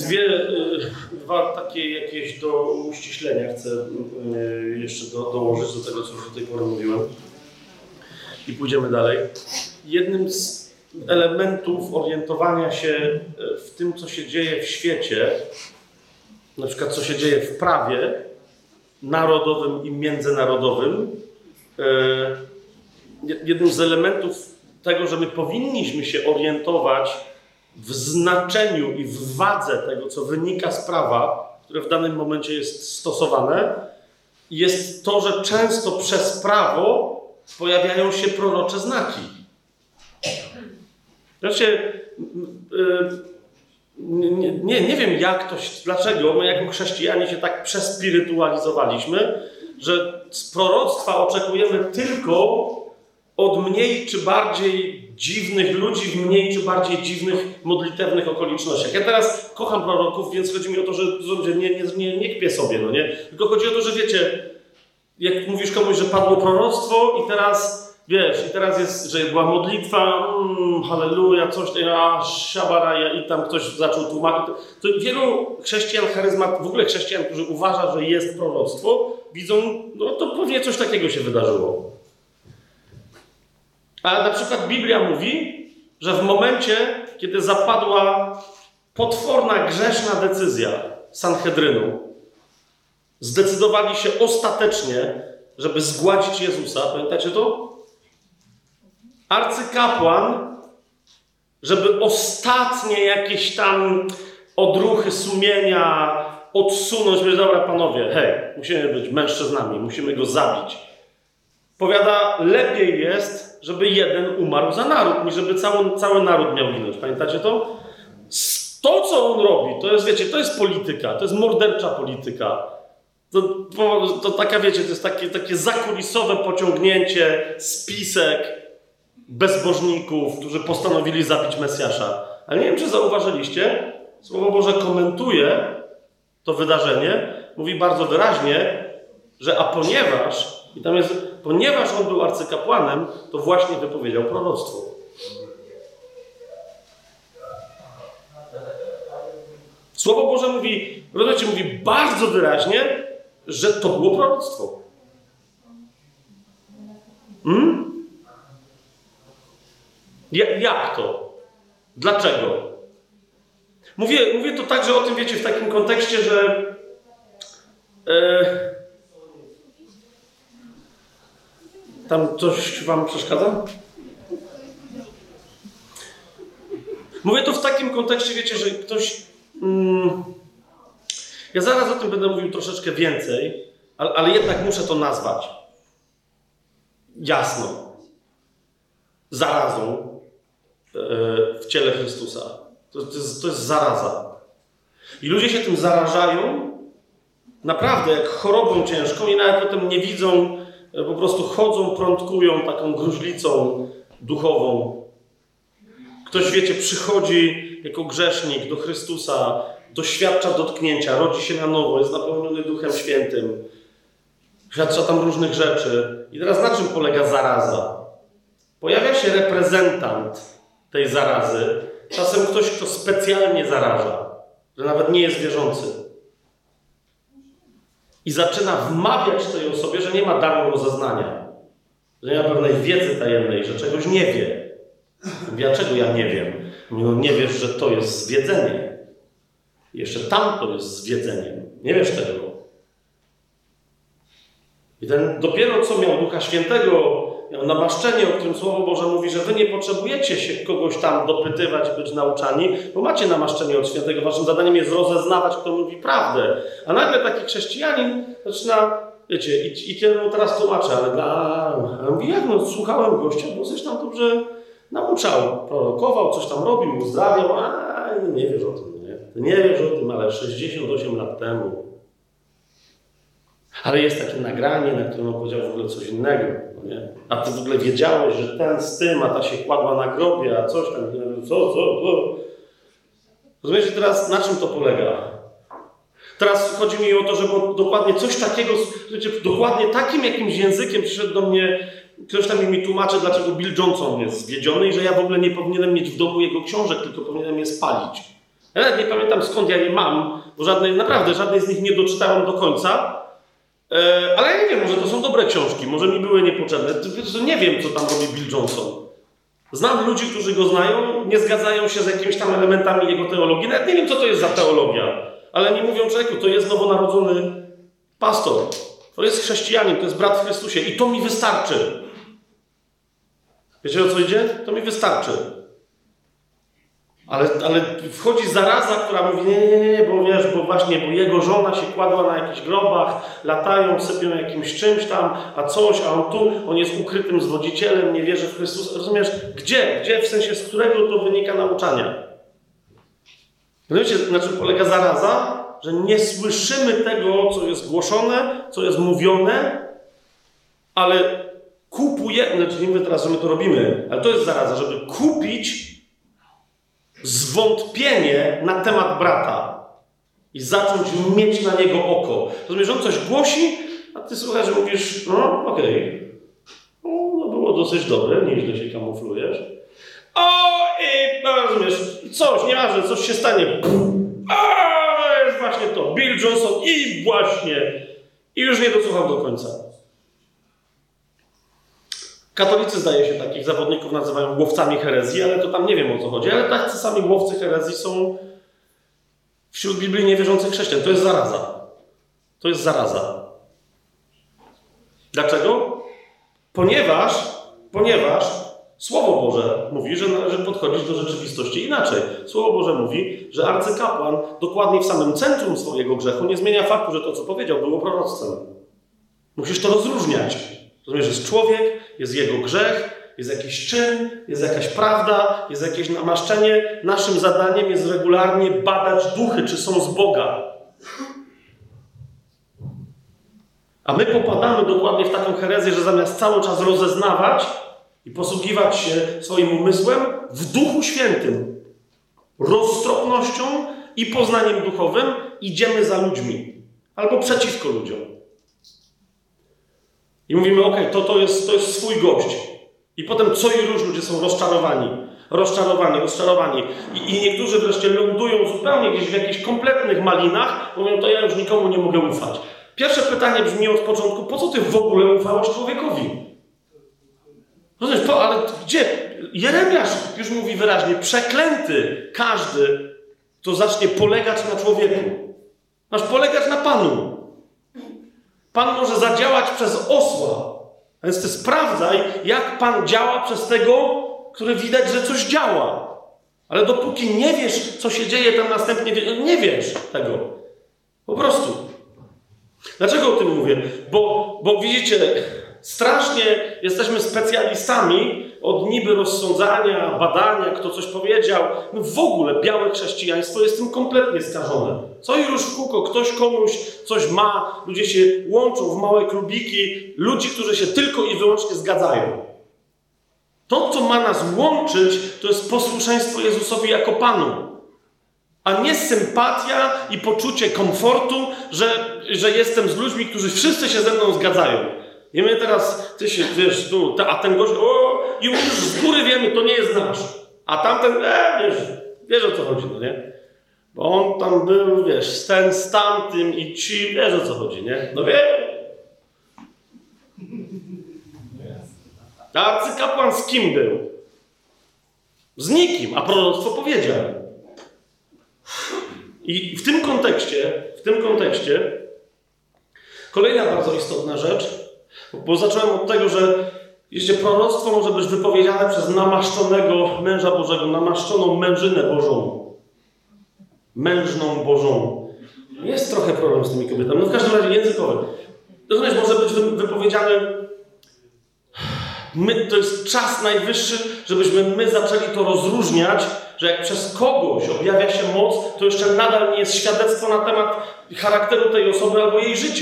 Dwa takie jakieś do uściślenia chcę jeszcze dołożyć do tego, co już do tej pory mówiłem. I pójdziemy dalej. Jednym z elementów orientowania się w tym, co się dzieje w świecie, na przykład co się dzieje w prawie narodowym i międzynarodowym, jednym z elementów tego, że my powinniśmy się orientować w znaczeniu i w wadze tego, co wynika z prawa, które w danym momencie jest stosowane, jest to, że często przez prawo pojawiają się prorocze znaki. Znaczy, nie wiem dlaczego my jako chrześcijanie się tak przespirytualizowaliśmy, że z proroctwa oczekujemy tylko od mniej czy bardziej dziwnych ludzi w mniej czy bardziej dziwnych, modlitewnych okolicznościach. Ja teraz kocham proroków, więc chodzi mi o to, że nie kpię sobie, no nie? Tylko chodzi o to, że wiecie, jak mówisz komuś, że padło proroctwo i teraz, wiesz, i teraz jest, że była modlitwa, halleluja, coś tam, siabaraja i tam ktoś zaczął tłumaczyć. To wielu chrześcijan w ogóle chrześcijan, którzy uważa, że jest proroctwo, widzą, no to pewnie coś takiego się wydarzyło. A na przykład Biblia mówi, że w momencie, kiedy zapadła potworna, grzeszna decyzja Sanhedrynu, zdecydowali się ostatecznie, żeby zgładzić Jezusa. Pamiętacie to? Arcykapłan, żeby ostatnie jakieś tam odruchy sumienia odsunąć, mówię, dobra panowie, hej, musimy być mężczyznami, musimy go zabić. Powiada, lepiej jest, żeby jeden umarł za naród, niż żeby cały naród miał ginąć. Pamiętacie to? To, co on robi, to jest, wiecie, to jest polityka, to jest mordercza polityka. To taka, wiecie, to jest takie zakulisowe pociągnięcie, spisek bezbożników, którzy postanowili zabić Mesjasza. Ale nie wiem, czy zauważyliście, Słowo Boże komentuje to wydarzenie, mówi bardzo wyraźnie, że ponieważ on był arcykapłanem, to właśnie wypowiedział proroctwo. Słowo Boże mówi bardzo wyraźnie, że to było proroctwo. Jak to? Dlaczego? Mówię to także o tym, wiecie, w takim kontekście, że tam coś wam przeszkadza? Mówię to w takim kontekście, wiecie, że ktoś... Ja zaraz o tym będę mówił troszeczkę więcej, ale jednak muszę to nazwać. Jasno. Zarazą w ciele Chrystusa. To jest zaraza. I ludzie się tym zarażają naprawdę jak chorobą ciężką i nawet potem nie widzą, po prostu chodzą, prądkują taką gruźlicą duchową. Ktoś, wiecie, przychodzi jako grzesznik do Chrystusa, doświadcza dotknięcia, rodzi się na nowo, jest napełniony Duchem Świętym, doświadcza tam różnych rzeczy. I teraz na czym polega zaraza? Pojawia się reprezentant tej zarazy, czasem ktoś, kto specjalnie zaraża, że nawet nie jest wierzący. I zaczyna wmawiać tej osobie, że nie ma daru rozeznania, że nie ma pewnej wiedzy tajemnej, że czegoś nie wie. Dlaczego ja nie wiem? No nie wiesz, że to jest zwiedzenie. Jeszcze tamto jest zwiedzeniem. Nie wiesz tego. I ten dopiero co miał Ducha Świętego, miał namaszczenie, o którym Słowo Boże mówi, że wy nie potrzebujecie się kogoś tam dopytywać, być nauczani, bo macie namaszczenie od Świętego. Waszym zadaniem jest rozeznawać, kto mówi prawdę. A nagle taki chrześcijanin zaczyna, wiecie, i mu teraz tłumaczę, ale mówi, jak no, słuchałem gościa, bo coś tam dobrze nauczał, prorokował, coś tam robił, uzdrawiał, nie wiesz o tym, nie? Ty nie wiesz o tym, ale 68 lat temu. Ale jest takie nagranie, na którym on powiedział w ogóle coś innego, no nie? A ty w ogóle wiedziałeś, że ten z tym, a ta się kładła na grobie, a coś tam, co? Rozumiecie teraz, na czym to polega? Teraz chodzi mi o to, żeby dokładnie coś takiego, dokładnie takim jakimś językiem przyszedł do mnie, ktoś tam mi tłumaczy, dlaczego Bill Johnson jest zwiedziony i że ja w ogóle nie powinienem mieć w domu jego książek, tylko powinienem je spalić. Ja nawet nie pamiętam, skąd ja je mam, bo naprawdę żadnej z nich nie doczytałem do końca. Ale ja nie wiem, może to są dobre książki, może mi były niepotrzebne. Nie wiem, co tam robi Bill Johnson. Znam ludzi, którzy go znają, nie zgadzają się z jakimiś tam elementami jego teologii. Nawet nie wiem, co to jest za teologia. Ale mi mówią, człowieku, to jest nowonarodzony pastor. To jest chrześcijanin, to jest brat w Chrystusie. I to mi wystarczy. Wiecie, o co idzie? To mi wystarczy. Ale wchodzi zaraza, która mówi, nie, bo wiesz, bo jego żona się kładła na jakichś grobach, latają, sypią jakimś czymś tam, a on tu, on jest ukrytym zwodzicielem, nie wierzy w Chrystusa. Rozumiesz? Gdzie? W sensie, z którego to wynika nauczania? Wiecie, na czym polega zaraza? Że nie słyszymy tego, co jest głoszone, co jest mówione, ale kupujemy, znaczy nie mówię teraz, że my to robimy, ale to jest zaraza, żeby kupić zwątpienie na temat brata i zacząć mieć na niego oko. Rozumiesz, on coś głosi, a ty słuchasz, że mówisz, no okej. No było dosyć dobre, nieźle się kamuflujesz. Rozumiesz, nieważne, coś się stanie. To jest właśnie to, Bill Johnson i właśnie. I już nie dosłuchał do końca. Katolicy, zdaje się, takich zawodników nazywają łowcami herezji, ale to tam nie wiem, o co chodzi. Ale tacy sami łowcy herezji są wśród Biblii niewierzących chrześcijan. To jest zaraza. To jest zaraza. Dlaczego? Ponieważ Słowo Boże mówi, że należy podchodzić do rzeczywistości inaczej. Słowo Boże mówi, że arcykapłan dokładnie w samym centrum swojego grzechu nie zmienia faktu, że to, co powiedział, było proroctwem. Musisz to rozróżniać. Rozumiesz, że jest człowiek, jest jego grzech, jest jakiś czyn, jest jakaś prawda, jest jakieś namaszczenie. Naszym zadaniem jest regularnie badać duchy, czy są z Boga. A my popadamy dokładnie w taką herezję, że zamiast cały czas rozeznawać i posługiwać się swoim umysłem w Duchu Świętym, roztropnością i poznaniem duchowym, idziemy za ludźmi albo przeciwko ludziom. I mówimy, to jest swój gość. I potem co i róż ludzie są rozczarowani. I niektórzy wreszcie lądują zupełnie gdzieś w jakichś kompletnych malinach, mówią, to ja już nikomu nie mogę ufać. Pierwsze pytanie brzmi od początku, po co ty w ogóle ufałeś człowiekowi? Rozumiesz, ale gdzie? Jeremiasz już mówi wyraźnie, przeklęty każdy, kto zacznie polegać na człowieku. Masz polegać na Panu. Pan może zadziałać przez osła. A więc ty sprawdzaj, jak Pan działa przez tego, który widać, że coś działa. Ale dopóki nie wiesz, co się dzieje tam następnie, nie wiesz tego. Po prostu. Dlaczego o tym mówię? Bo widzicie, strasznie jesteśmy specjalistami od niby rozsądzania, badania, kto coś powiedział. No w ogóle białe chrześcijaństwo jest tym kompletnie skażone. Co i już w kółko, ktoś komuś coś ma, ludzie się łączą w małe klubiki, ludzi, którzy się tylko i wyłącznie zgadzają. To, co ma nas łączyć, to jest posłuszeństwo Jezusowi jako Panu. A nie sympatia i poczucie komfortu, że jestem z ludźmi, którzy wszyscy się ze mną zgadzają. I my teraz, ty się, wiesz, a ten gość, i już z góry wiemy, to nie jest nasz. A tamten, wiesz o co chodzi, no nie? Bo on tam był, wiesz, ten z tamtym i ci, wiesz o co chodzi, nie? No wie. A arcykapłan z kim był? Z nikim, a proroctwo powiedział. I w tym kontekście kolejna bardzo istotna rzecz, bo zacząłem od tego, że jeszcze proroctwo może być wypowiedziane przez namaszczonego męża Bożego, namaszczoną mężynę Bożą. Mężną Bożą. Jest trochę problem z tymi kobietami, no w każdym razie językowy. Rozumiesz, może być wypowiedziane, to jest czas najwyższy, żebyśmy my zaczęli to rozróżniać, że jak przez kogoś objawia się moc, to jeszcze nadal nie jest świadectwo na temat charakteru tej osoby albo jej życia.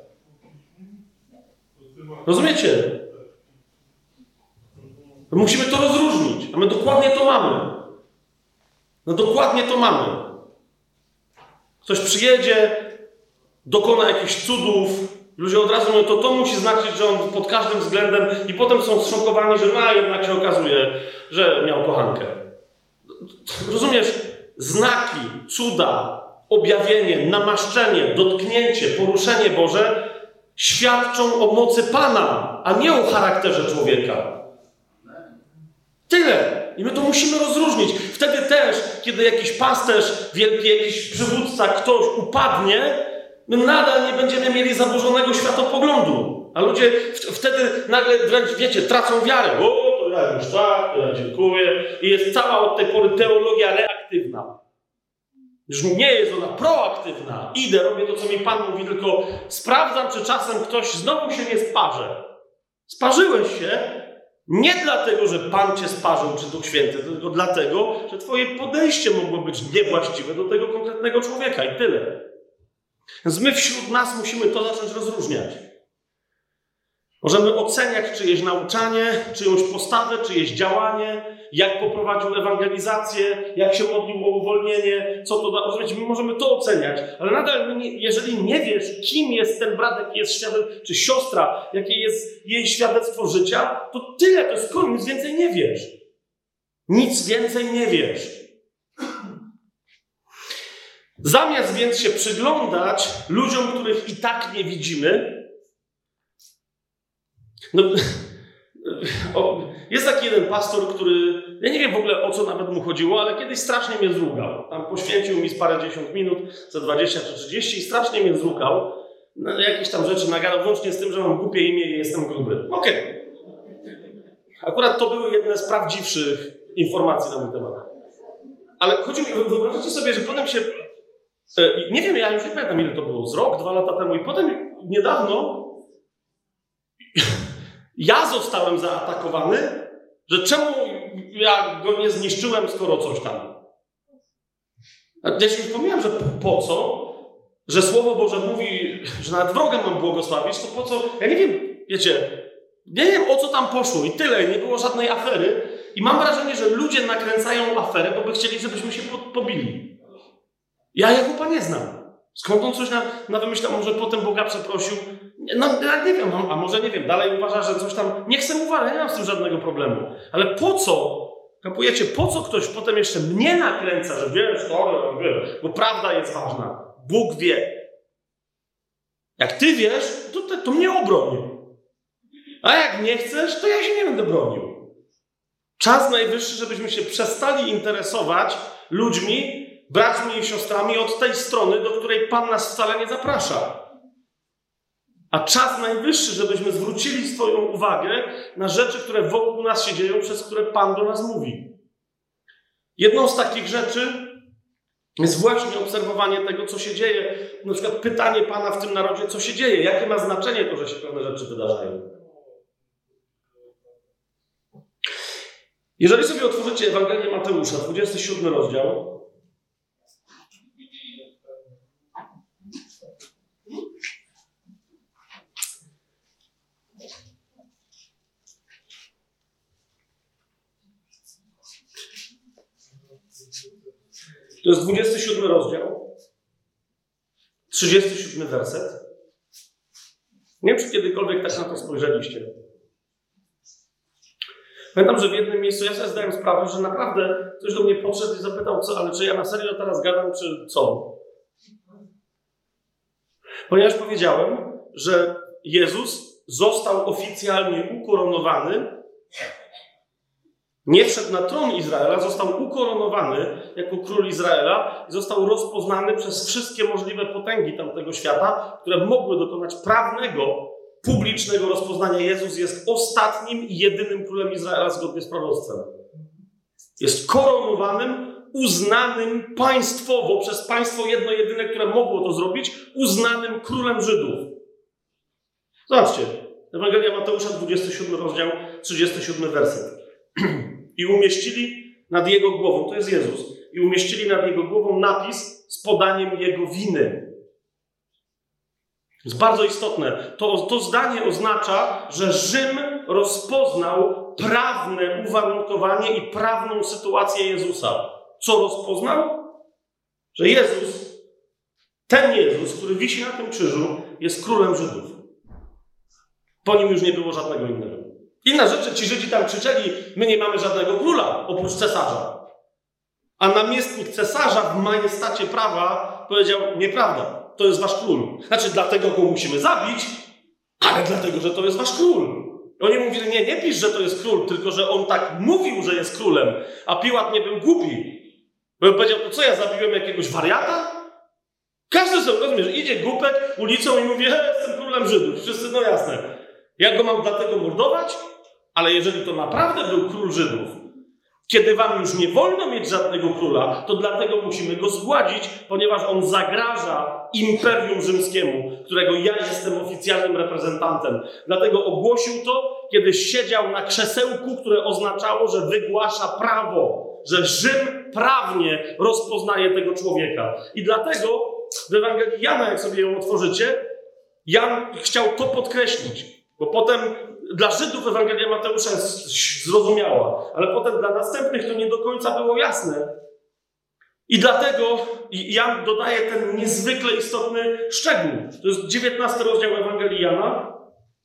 Rozumiecie? Musimy to rozróżnić, a my dokładnie to mamy. No dokładnie to mamy. Ktoś przyjedzie, dokona jakichś cudów, ludzie od razu mówią, to musi znaczyć, że on pod każdym względem i potem są zszokowani, że jednak się okazuje, że miał kochankę. Rozumiesz? znaki, cuda, objawienie, namaszczenie, dotknięcie, poruszenie Boże świadczą o mocy Pana, a nie o charakterze człowieka. Tyle. I my to musimy rozróżnić. Wtedy też, kiedy jakiś pasterz, wielki jakiś przywódca, ktoś upadnie, my nadal nie będziemy mieli zaburzonego światopoglądu. A ludzie wtedy nagle wręcz, wiecie, tracą wiarę. O, to ja już tak, to ja dziękuję. I jest cała od tej pory teologia reaktywna. Już nie jest ona proaktywna. Idę, robię to, co mi Pan mówi, tylko sprawdzam, czy czasem ktoś znowu się nie sparze. Sparzyłeś się nie dlatego, że Pan cię sparzył, czy Duch Święty, tylko dlatego, że twoje podejście mogło być niewłaściwe do tego konkretnego człowieka i tyle. Więc my wśród nas musimy to zacząć rozróżniać. Możemy oceniać czyjeś nauczanie, czyjąś postawę, czyjeś działanie, jak poprowadził ewangelizację, jak się modlił o uwolnienie, co to da. Rozumiecie, my możemy to oceniać, ale nadal, jeżeli nie wiesz, kim jest ten brat, jaki jest świadectwo, czy siostra, jakie jest jej świadectwo życia, to tyle, to jest koniec, nic więcej nie wiesz. Nic więcej nie wiesz. Zamiast więc się przyglądać ludziom, których i tak nie widzimy, jest taki jeden pastor, który, ja nie wiem w ogóle o co nawet mu chodziło, ale kiedyś strasznie mnie zrugał. Tam poświęcił mi z parędziesiąt minut, za 20 czy 30 i strasznie mnie zrugał. Jakieś tam rzeczy nagadał, włącznie z tym, że mam głupie imię i jestem gruby. Okej. Akurat to były jedne z prawdziwszych informacji na mój temat. Ale chodzi mi, wyobraźcie sobie, że potem się, nie wiem, ja już nie pamiętam ile to było, z rok, 2 lata temu i potem niedawno ja zostałem zaatakowany, że czemu ja go nie zniszczyłem, skoro coś tam. Ja się wspomniałem, że po co, że Słowo Boże mówi, że nawet wroga mam błogosławić, to po co, ja nie wiem, wiecie, nie wiem o co tam poszło i tyle, nie było żadnej afery i mam wrażenie, że ludzie nakręcają aferę, bo by chcieli, żebyśmy się pobili. Ja Jakuba nie znam. Skąd on coś na wymyślał, może potem Boga przeprosił? No, ja nie wiem, a może nie wiem, dalej uważa, że coś tam, nie chcę mu uważać, nie mam z tym żadnego problemu. Ale po co, kapujecie, po co ktoś potem jeszcze mnie nakręca, że wiesz, bo prawda jest ważna. Bóg wie. Jak ty wiesz, to mnie obroni. A jak nie chcesz, to ja się nie będę bronił. Czas najwyższy, żebyśmy się przestali interesować ludźmi, braćmi i siostrami od tej strony, do której Pan nas wcale nie zaprasza. A czas najwyższy, żebyśmy zwrócili swoją uwagę na rzeczy, które wokół nas się dzieją, przez które Pan do nas mówi. Jedną z takich rzeczy jest właśnie obserwowanie tego, co się dzieje. Na przykład pytanie Pana w tym narodzie, co się dzieje, jakie ma znaczenie to, że się pewne rzeczy wydarzają. Jeżeli sobie otworzycie Ewangelię Mateusza, 27 rozdział, to jest 27 rozdział, 37 werset. Nie wiem, czy kiedykolwiek tak na to spojrzeliście. Pamiętam, że w jednym miejscu ja sobie zdałem sprawę, że naprawdę ktoś do mnie podszedł i zapytał, ale czy ja na serio teraz gadam, czy co? Ponieważ powiedziałem, że Jezus został oficjalnie ukoronowany, nie wszedł na tron Izraela, został ukoronowany jako król Izraela i został rozpoznany przez wszystkie możliwe potęgi tamtego świata, które mogły dokonać prawnego, publicznego rozpoznania. Jezus jest ostatnim i jedynym królem Izraela zgodnie z proroctwem. Jest koronowanym, uznanym państwowo, przez państwo jedno jedyne, które mogło to zrobić, uznanym królem Żydów. Zobaczcie, Ewangelia Mateusza, 27 rozdział, 37 werset. I umieścili nad jego głową, to jest Jezus, i umieścili nad jego głową napis z podaniem jego winy. To jest bardzo istotne. To zdanie oznacza, że Rzym rozpoznał prawne uwarunkowanie i prawną sytuację Jezusa. Co rozpoznał? Że Jezus, ten Jezus, który wisi na tym krzyżu, jest królem Żydów. Po nim już nie było żadnego innego. Inna rzecz, ci Żydzi tam krzyczeli, my nie mamy żadnego króla, oprócz cesarza. A namiestnik cesarza w majestacie prawa powiedział, nieprawda, to jest wasz król. Znaczy, dlatego go musimy zabić, ale dlatego, że to jest wasz król. Oni mówili, nie pisz, że to jest król, tylko że on tak mówił, że jest królem, a Piłat nie był głupi. Bo on powiedział, to co, ja zabiłem jakiegoś wariata? Każdy sobie, rozumiesz, idzie głupek ulicą i mówi, jestem królem Żydów. Wszyscy, no jasne. Ja go mam dlatego mordować? Ale jeżeli to naprawdę był król Żydów, kiedy wam już nie wolno mieć żadnego króla, to dlatego musimy go zgładzić, ponieważ on zagraża Imperium Rzymskiemu, którego ja jestem oficjalnym reprezentantem. Dlatego ogłosił to, kiedy siedział na krzesełku, które oznaczało, że wygłasza prawo, że Rzym prawnie rozpoznaje tego człowieka. I dlatego w Ewangelii Jana, jak sobie ją otworzycie, Jan chciał to podkreślić, bo potem dla Żydów Ewangelia Mateusza jest zrozumiała, ale potem dla następnych to nie do końca było jasne. I dlatego Jan dodaje ten niezwykle istotny szczegół. To jest 19 rozdział Ewangelii Jana.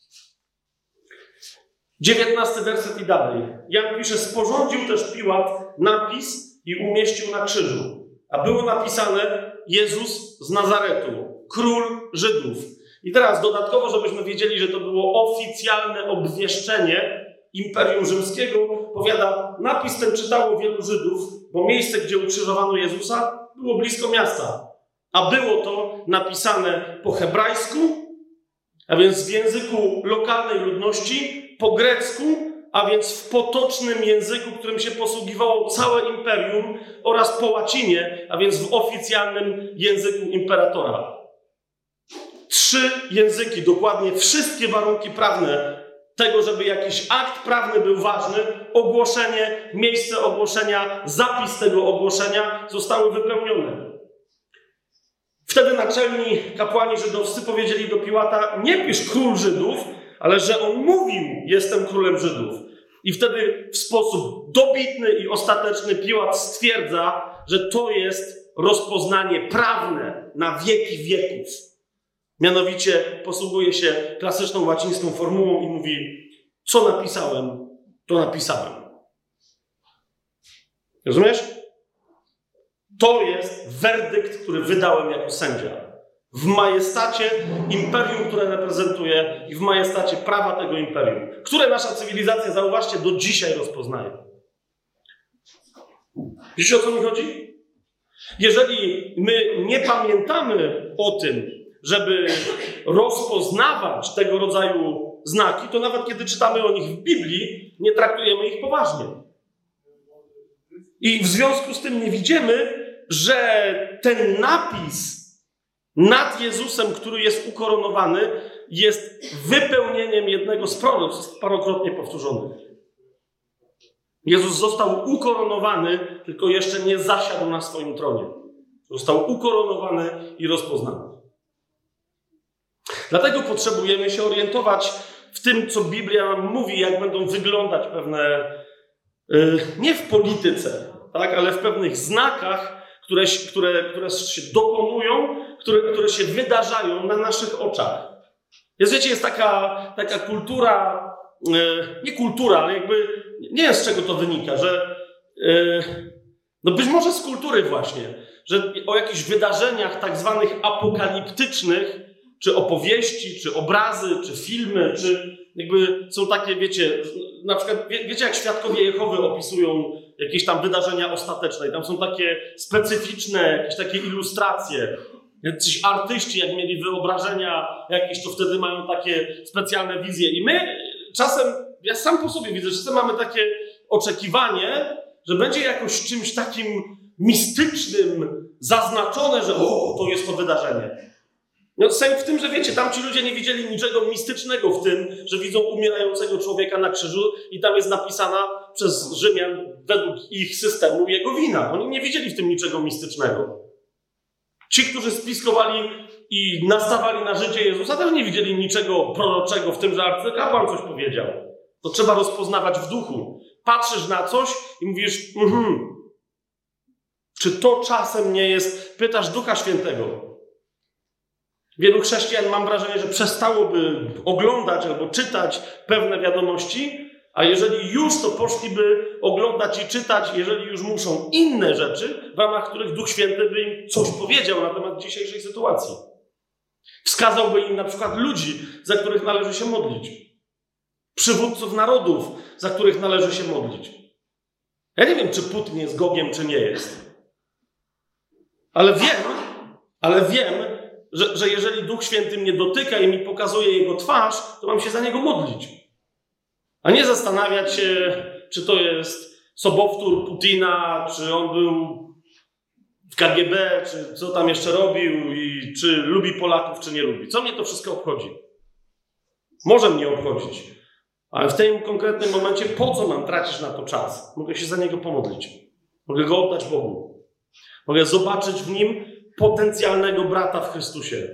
19 werset i dalej. Jan pisze, sporządził też Piłat napis i umieścił na krzyżu. A było napisane Jezus z Nazaretu, król Żydów. I teraz dodatkowo, żebyśmy wiedzieli, że to było oficjalne obwieszczenie Imperium Rzymskiego, powiada, napis ten czytało wielu Żydów, bo miejsce, gdzie ukrzyżowano Jezusa, było blisko miasta. A było to napisane po hebrajsku, a więc w języku lokalnej ludności, po grecku, a więc w potocznym języku, którym się posługiwało całe imperium, oraz po łacinie, a więc w oficjalnym języku imperatora. 3 języki, dokładnie wszystkie warunki prawne tego, żeby jakiś akt prawny był ważny, ogłoszenie, miejsce ogłoszenia, zapis tego ogłoszenia zostały wypełnione. Wtedy naczelni kapłani żydowscy powiedzieli do Piłata, nie pisz król Żydów, ale że on mówił, jestem królem Żydów. I wtedy w sposób dobitny i ostateczny Piłat stwierdza, że to jest rozpoznanie prawne na wieki wieków. Mianowicie posługuje się klasyczną łacińską formułą i mówi, co napisałem, to napisałem. Rozumiesz? To jest werdykt, który wydałem jako sędzia. W majestacie imperium, które reprezentuję i w majestacie prawa tego imperium, które nasza cywilizacja, zauważcie, do dzisiaj rozpoznaje. Wiecie, o co mi chodzi? Jeżeli my nie pamiętamy o tym, żeby rozpoznawać tego rodzaju znaki, to nawet kiedy czytamy o nich w Biblii, nie traktujemy ich poważnie. I w związku z tym nie widzimy, że ten napis nad Jezusem, który jest ukoronowany, jest wypełnieniem jednego z proroctw parokrotnie powtórzonych. Jezus został ukoronowany, tylko jeszcze nie zasiadł na swoim tronie. Został ukoronowany i rozpoznany. Dlatego potrzebujemy się orientować w tym, co Biblia nam mówi, jak będą wyglądać pewne, nie w polityce, tak, ale w pewnych znakach, które się dokonują, które się wydarzają na naszych oczach. Jest, wiecie, jest taka kultura, nie kultura, ale jakby nie wiem, z czego to wynika, że no być może z kultury właśnie, że o jakichś wydarzeniach tak zwanych apokaliptycznych, czy opowieści, czy obrazy, czy filmy, czy jakby są takie, wiecie, na przykład, wiecie, jak Świadkowie Jehowy opisują jakieś tam wydarzenia ostateczne i tam są takie specyficzne, jakieś takie ilustracje. Jacyś artyści, jak mieli wyobrażenia jakieś, to wtedy mają takie specjalne wizje. I my czasem, ja sam po sobie widzę, że czasem mamy takie oczekiwanie, że będzie jakoś czymś takim mistycznym zaznaczone, że to jest to wydarzenie. No sęk w tym, że wiecie, tam ci ludzie nie widzieli niczego mistycznego w tym, że widzą umierającego człowieka na krzyżu i tam jest napisana przez Rzymian według ich systemu jego wina. Oni nie widzieli w tym niczego mistycznego. Ci, którzy spiskowali i nastawali na życie Jezusa, też nie widzieli niczego proroczego w tym, że arcykapłan coś powiedział. To trzeba rozpoznawać w duchu. Patrzysz na coś i mówisz, czy to czasem nie jest, pytasz Ducha Świętego. Wielu chrześcijan, mam wrażenie, że przestałoby oglądać albo czytać pewne wiadomości, A jeżeli już, to poszliby oglądać i czytać, jeżeli już muszą, inne rzeczy, w ramach których Duch Święty by im coś powiedział na temat dzisiejszej sytuacji. Wskazałby im na przykład ludzi, za których należy się modlić. Przywódców narodów, za których należy się modlić. Ja nie wiem, czy Putin jest Gogiem, czy nie jest. Ale wiem, że jeżeli Duch Święty mnie dotyka i mi pokazuje Jego twarz, to mam się za Niego modlić. A nie zastanawiać się, czy to jest sobowtór Putina, czy on był w KGB, czy co tam jeszcze robił i czy lubi Polaków, czy nie lubi. Co mnie to wszystko obchodzi? Może mnie obchodzić. Ale w tym konkretnym momencie po co mam tracić na to czas? Mogę się za Niego pomodlić. Mogę Go oddać Bogu. Mogę zobaczyć w Nim potencjalnego brata w Chrystusie.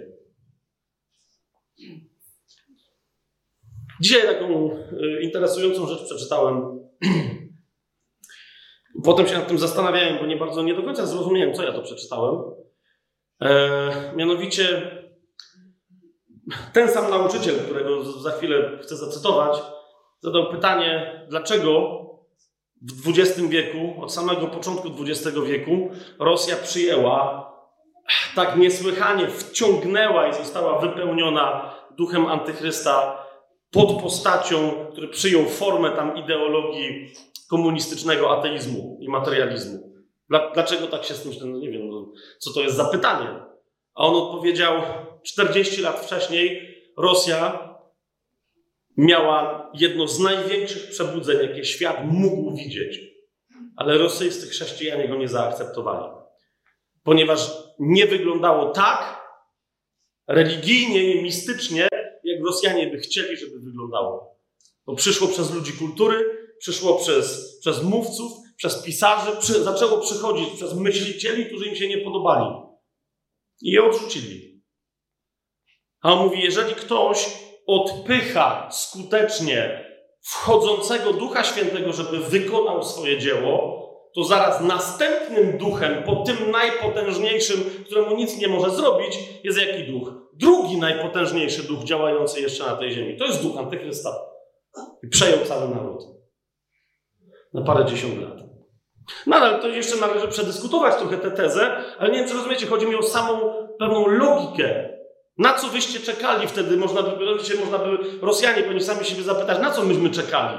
Dzisiaj taką interesującą rzecz przeczytałem. Potem się nad tym zastanawiałem, bo nie do końca zrozumiałem, co ja to przeczytałem. Mianowicie ten sam nauczyciel, którego za chwilę chcę zacytować, zadał pytanie, dlaczego w XX wieku, od samego początku XX wieku, Rosja przyjęła, tak niesłychanie wciągnęła i została wypełniona duchem antychrysta pod postacią, który przyjął formę tam ideologii komunistycznego ateizmu i materializmu. Dlaczego tak się z tym, no nie wiem, no, co to jest za pytanie. A on odpowiedział, 40 lat wcześniej Rosja miała jedno z największych przebudzeń, jakie świat mógł widzieć. Ale rosyjscy chrześcijanie go nie zaakceptowali. Ponieważ nie wyglądało tak religijnie i mistycznie, jak Rosjanie by chcieli, żeby wyglądało. To przyszło przez ludzi kultury, przyszło przez mówców, przez pisarzy, zaczęło przychodzić przez myślicieli, którzy im się nie podobali. I je odrzucili. A on mówi, jeżeli ktoś odpycha skutecznie wchodzącego Ducha Świętego, żeby wykonał swoje dzieło, to zaraz następnym duchem, po tym najpotężniejszym, któremu nic nie może zrobić, jest jaki duch? Drugi najpotężniejszy duch działający jeszcze na tej ziemi. To jest duch Antychrysta. I przejął cały naród. Na parę dziesiąt lat. Nadal to jeszcze należy przedyskutować trochę tę tezę, ale nie wiem, czy rozumiecie, chodzi mi o samą pewną logikę. Na co wyście czekali wtedy? Rosjanie powinni sami siebie zapytać, na co myśmy czekali?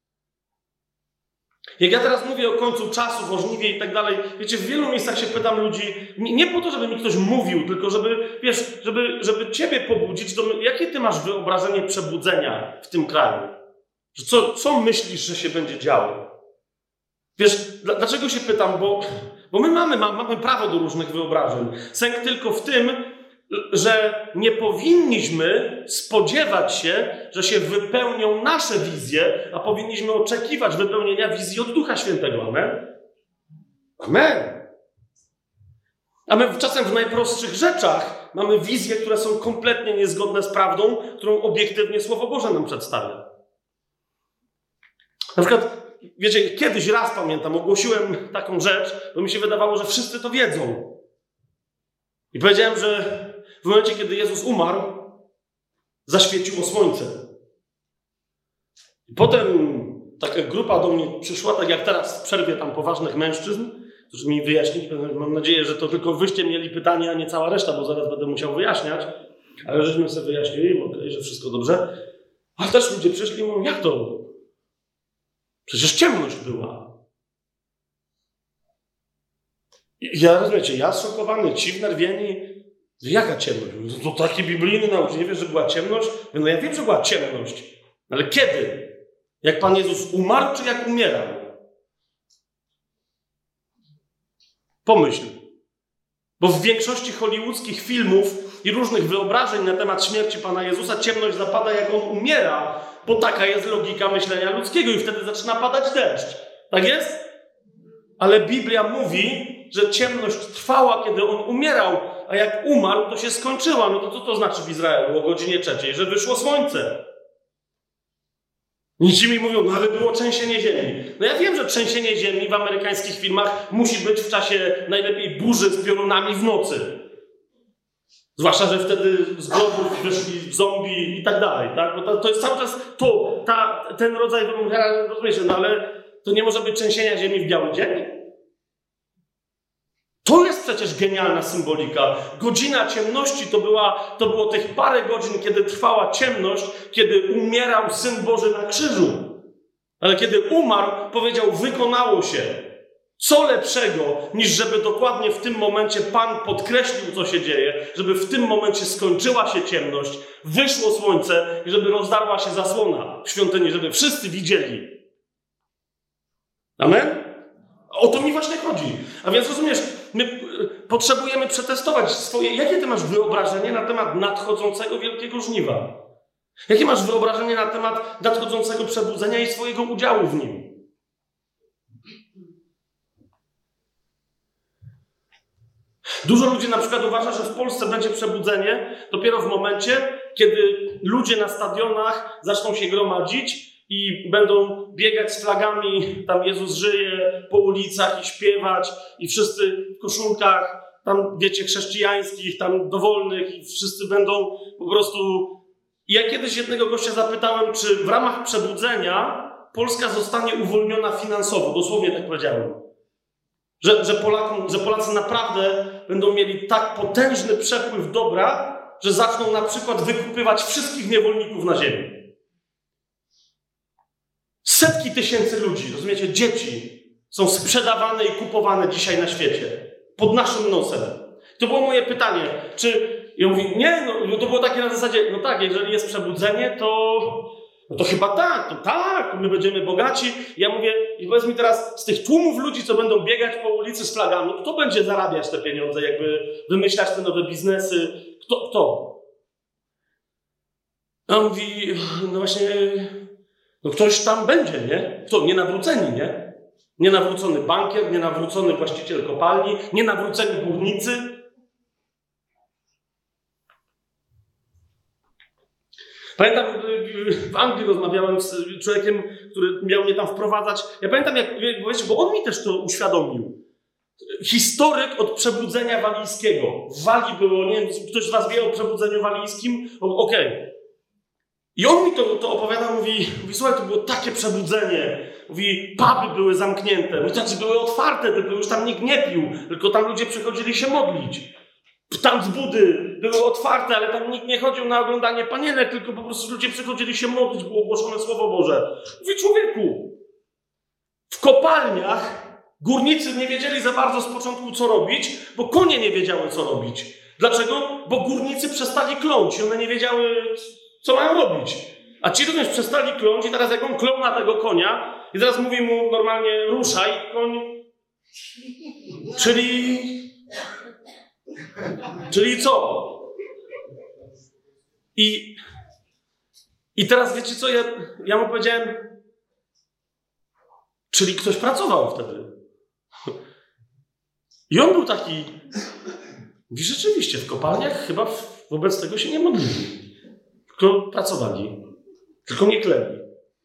Jak ja teraz mówię o końcu czasów, o żniwie i tak dalej, wiecie, w wielu miejscach się pytam ludzi, nie po to, żeby mi ktoś mówił, tylko żeby ciebie pobudzić, to jakie ty masz wyobrażenie przebudzenia w tym kraju? Co myślisz, że się będzie działo? Wiesz, dlaczego się pytam? Bo my mamy prawo do różnych wyobrażeń. Sęk tylko w tym, że nie powinniśmy spodziewać się, że się wypełnią nasze wizje, a powinniśmy oczekiwać wypełnienia wizji od Ducha Świętego. Amen? Amen. A my czasem w najprostszych rzeczach mamy wizje, które są kompletnie niezgodne z prawdą, którą obiektywnie Słowo Boże nam przedstawia. Na przykład, wiecie, kiedyś raz pamiętam, ogłosiłem taką rzecz, bo mi się wydawało, że wszyscy to wiedzą. I powiedziałem, że w momencie, kiedy Jezus umarł, zaświeciło słońce. I potem taka grupa do mnie przyszła, tak jak teraz w przerwie tam poważnych mężczyzn, którzy mi wyjaśnili, mam nadzieję, że to tylko wyście mieli pytanie, a nie cała reszta, bo zaraz będę musiał wyjaśniać, ale żeśmy sobie wyjaśnili, że wszystko dobrze. Ale też ludzie przyszli i mówią, jak to? Przecież ciemność była. I ja, rozumiecie, ja zszokowany, ci wnerwieni, jaka ciemność? To taki biblijny nauczyciel, nie wiesz, że była ciemność? No ja wiem, że była ciemność, ale kiedy? Jak Pan Jezus umarł, czy jak umierał? Pomyśl. Bo w większości hollywoodzkich filmów i różnych wyobrażeń na temat śmierci Pana Jezusa ciemność zapada, jak On umiera, bo taka jest logika myślenia ludzkiego i wtedy zaczyna padać deszcz. Tak jest? Ale Biblia mówi, że ciemność trwała, kiedy On umierał, a jak umarł, to się skończyła. No to co to znaczy w Izraelu o godzinie 3? Że wyszło słońce. Ci mi mówią, no ale było trzęsienie ziemi. No ja wiem, że trzęsienie ziemi w amerykańskich filmach musi być w czasie najlepiej burzy z piorunami w nocy. Zwłaszcza, że wtedy z grobów wyszli zombie i tak dalej, tak? Bo to jest cały czas ten rodzaj wymagania, rozumiecie, no ale to nie może być trzęsienia ziemi w biały dzień. To jest przecież genialna symbolika. Godzina ciemności to było tych parę godzin, kiedy trwała ciemność, kiedy umierał Syn Boży na krzyżu. Ale kiedy umarł, powiedział, wykonało się. Co lepszego, niż żeby dokładnie w tym momencie Pan podkreślił, co się dzieje, żeby w tym momencie skończyła się ciemność, wyszło słońce i żeby rozdarła się zasłona w świątyni, żeby wszyscy widzieli. Amen? O to mi właśnie chodzi. A więc rozumiesz, my potrzebujemy przetestować swoje... Jakie ty masz wyobrażenie na temat nadchodzącego wielkiego żniwa? Jakie masz wyobrażenie na temat nadchodzącego przebudzenia i swojego udziału w nim? Dużo ludzi na przykład uważa, że w Polsce będzie przebudzenie dopiero w momencie, kiedy ludzie na stadionach zaczną się gromadzić i będą biegać z flagami, tam Jezus żyje, po ulicach i śpiewać i wszyscy w koszulkach, tam wiecie, chrześcijańskich, tam dowolnych i wszyscy będą po prostu... Ja kiedyś jednego gościa zapytałem, czy w ramach przebudzenia Polska zostanie uwolniona finansowo, dosłownie tak powiedziałem. Że Polacy naprawdę będą mieli tak potężny przepływ dobra, że zaczną na przykład wykupywać wszystkich niewolników na ziemi. Setki tysięcy ludzi, rozumiecie, dzieci są sprzedawane i kupowane dzisiaj na świecie. Pod naszym nosem. To było moje pytanie. Ja mówię, nie, no to było takie na zasadzie, no tak, jeżeli jest przebudzenie, to chyba tak, to my będziemy bogaci. Ja mówię, i powiedz mi teraz, z tych tłumów ludzi, co będą biegać po ulicy z flagami, kto będzie zarabiać te pieniądze, jakby wymyślać te nowe biznesy? Kto? A on mówi, no właśnie, no ktoś tam będzie, nie? Kto? Nienawróceni, nie? Nienawrócony bankier, nienawrócony właściciel kopalni, nienawróceni górnicy. Pamiętam, w Anglii rozmawiałem z człowiekiem, który miał mnie tam wprowadzać. Ja pamiętam, bo on mi też to uświadomił. Historyk od przebudzenia walijskiego. W Walii było, nie wiem, ktoś z was wie o przebudzeniu walijskim? Okej. I on mi to opowiadał, mówi, słuchaj, to było takie przebudzenie. Mówi, puby były zamknięte. Mówi, znaczy były otwarte, tylko już tam nikt nie pił. Tylko tam ludzie przychodzili się modlić. Tam z budy były otwarte, ale tam nikt nie chodził na oglądanie panienek, tylko po prostu ludzie przychodzili się modlić, było ogłoszone Słowo Boże. Mówi, człowieku, w kopalniach górnicy nie wiedzieli za bardzo z początku, co robić, bo konie nie wiedziały, co robić. Dlaczego? Bo górnicy przestali kląć i one nie wiedziały, co mają robić. A ci również przestali kląć i teraz jak on klął na tego konia i teraz mówi mu normalnie ruszaj, koń... Czyli co? I teraz wiecie co? Ja mu powiedziałem, czyli ktoś pracował wtedy. I on był taki, mówi, rzeczywiście, w kopalniach chyba wobec tego się nie modlili. Tylko pracowali. Tylko nie kleli.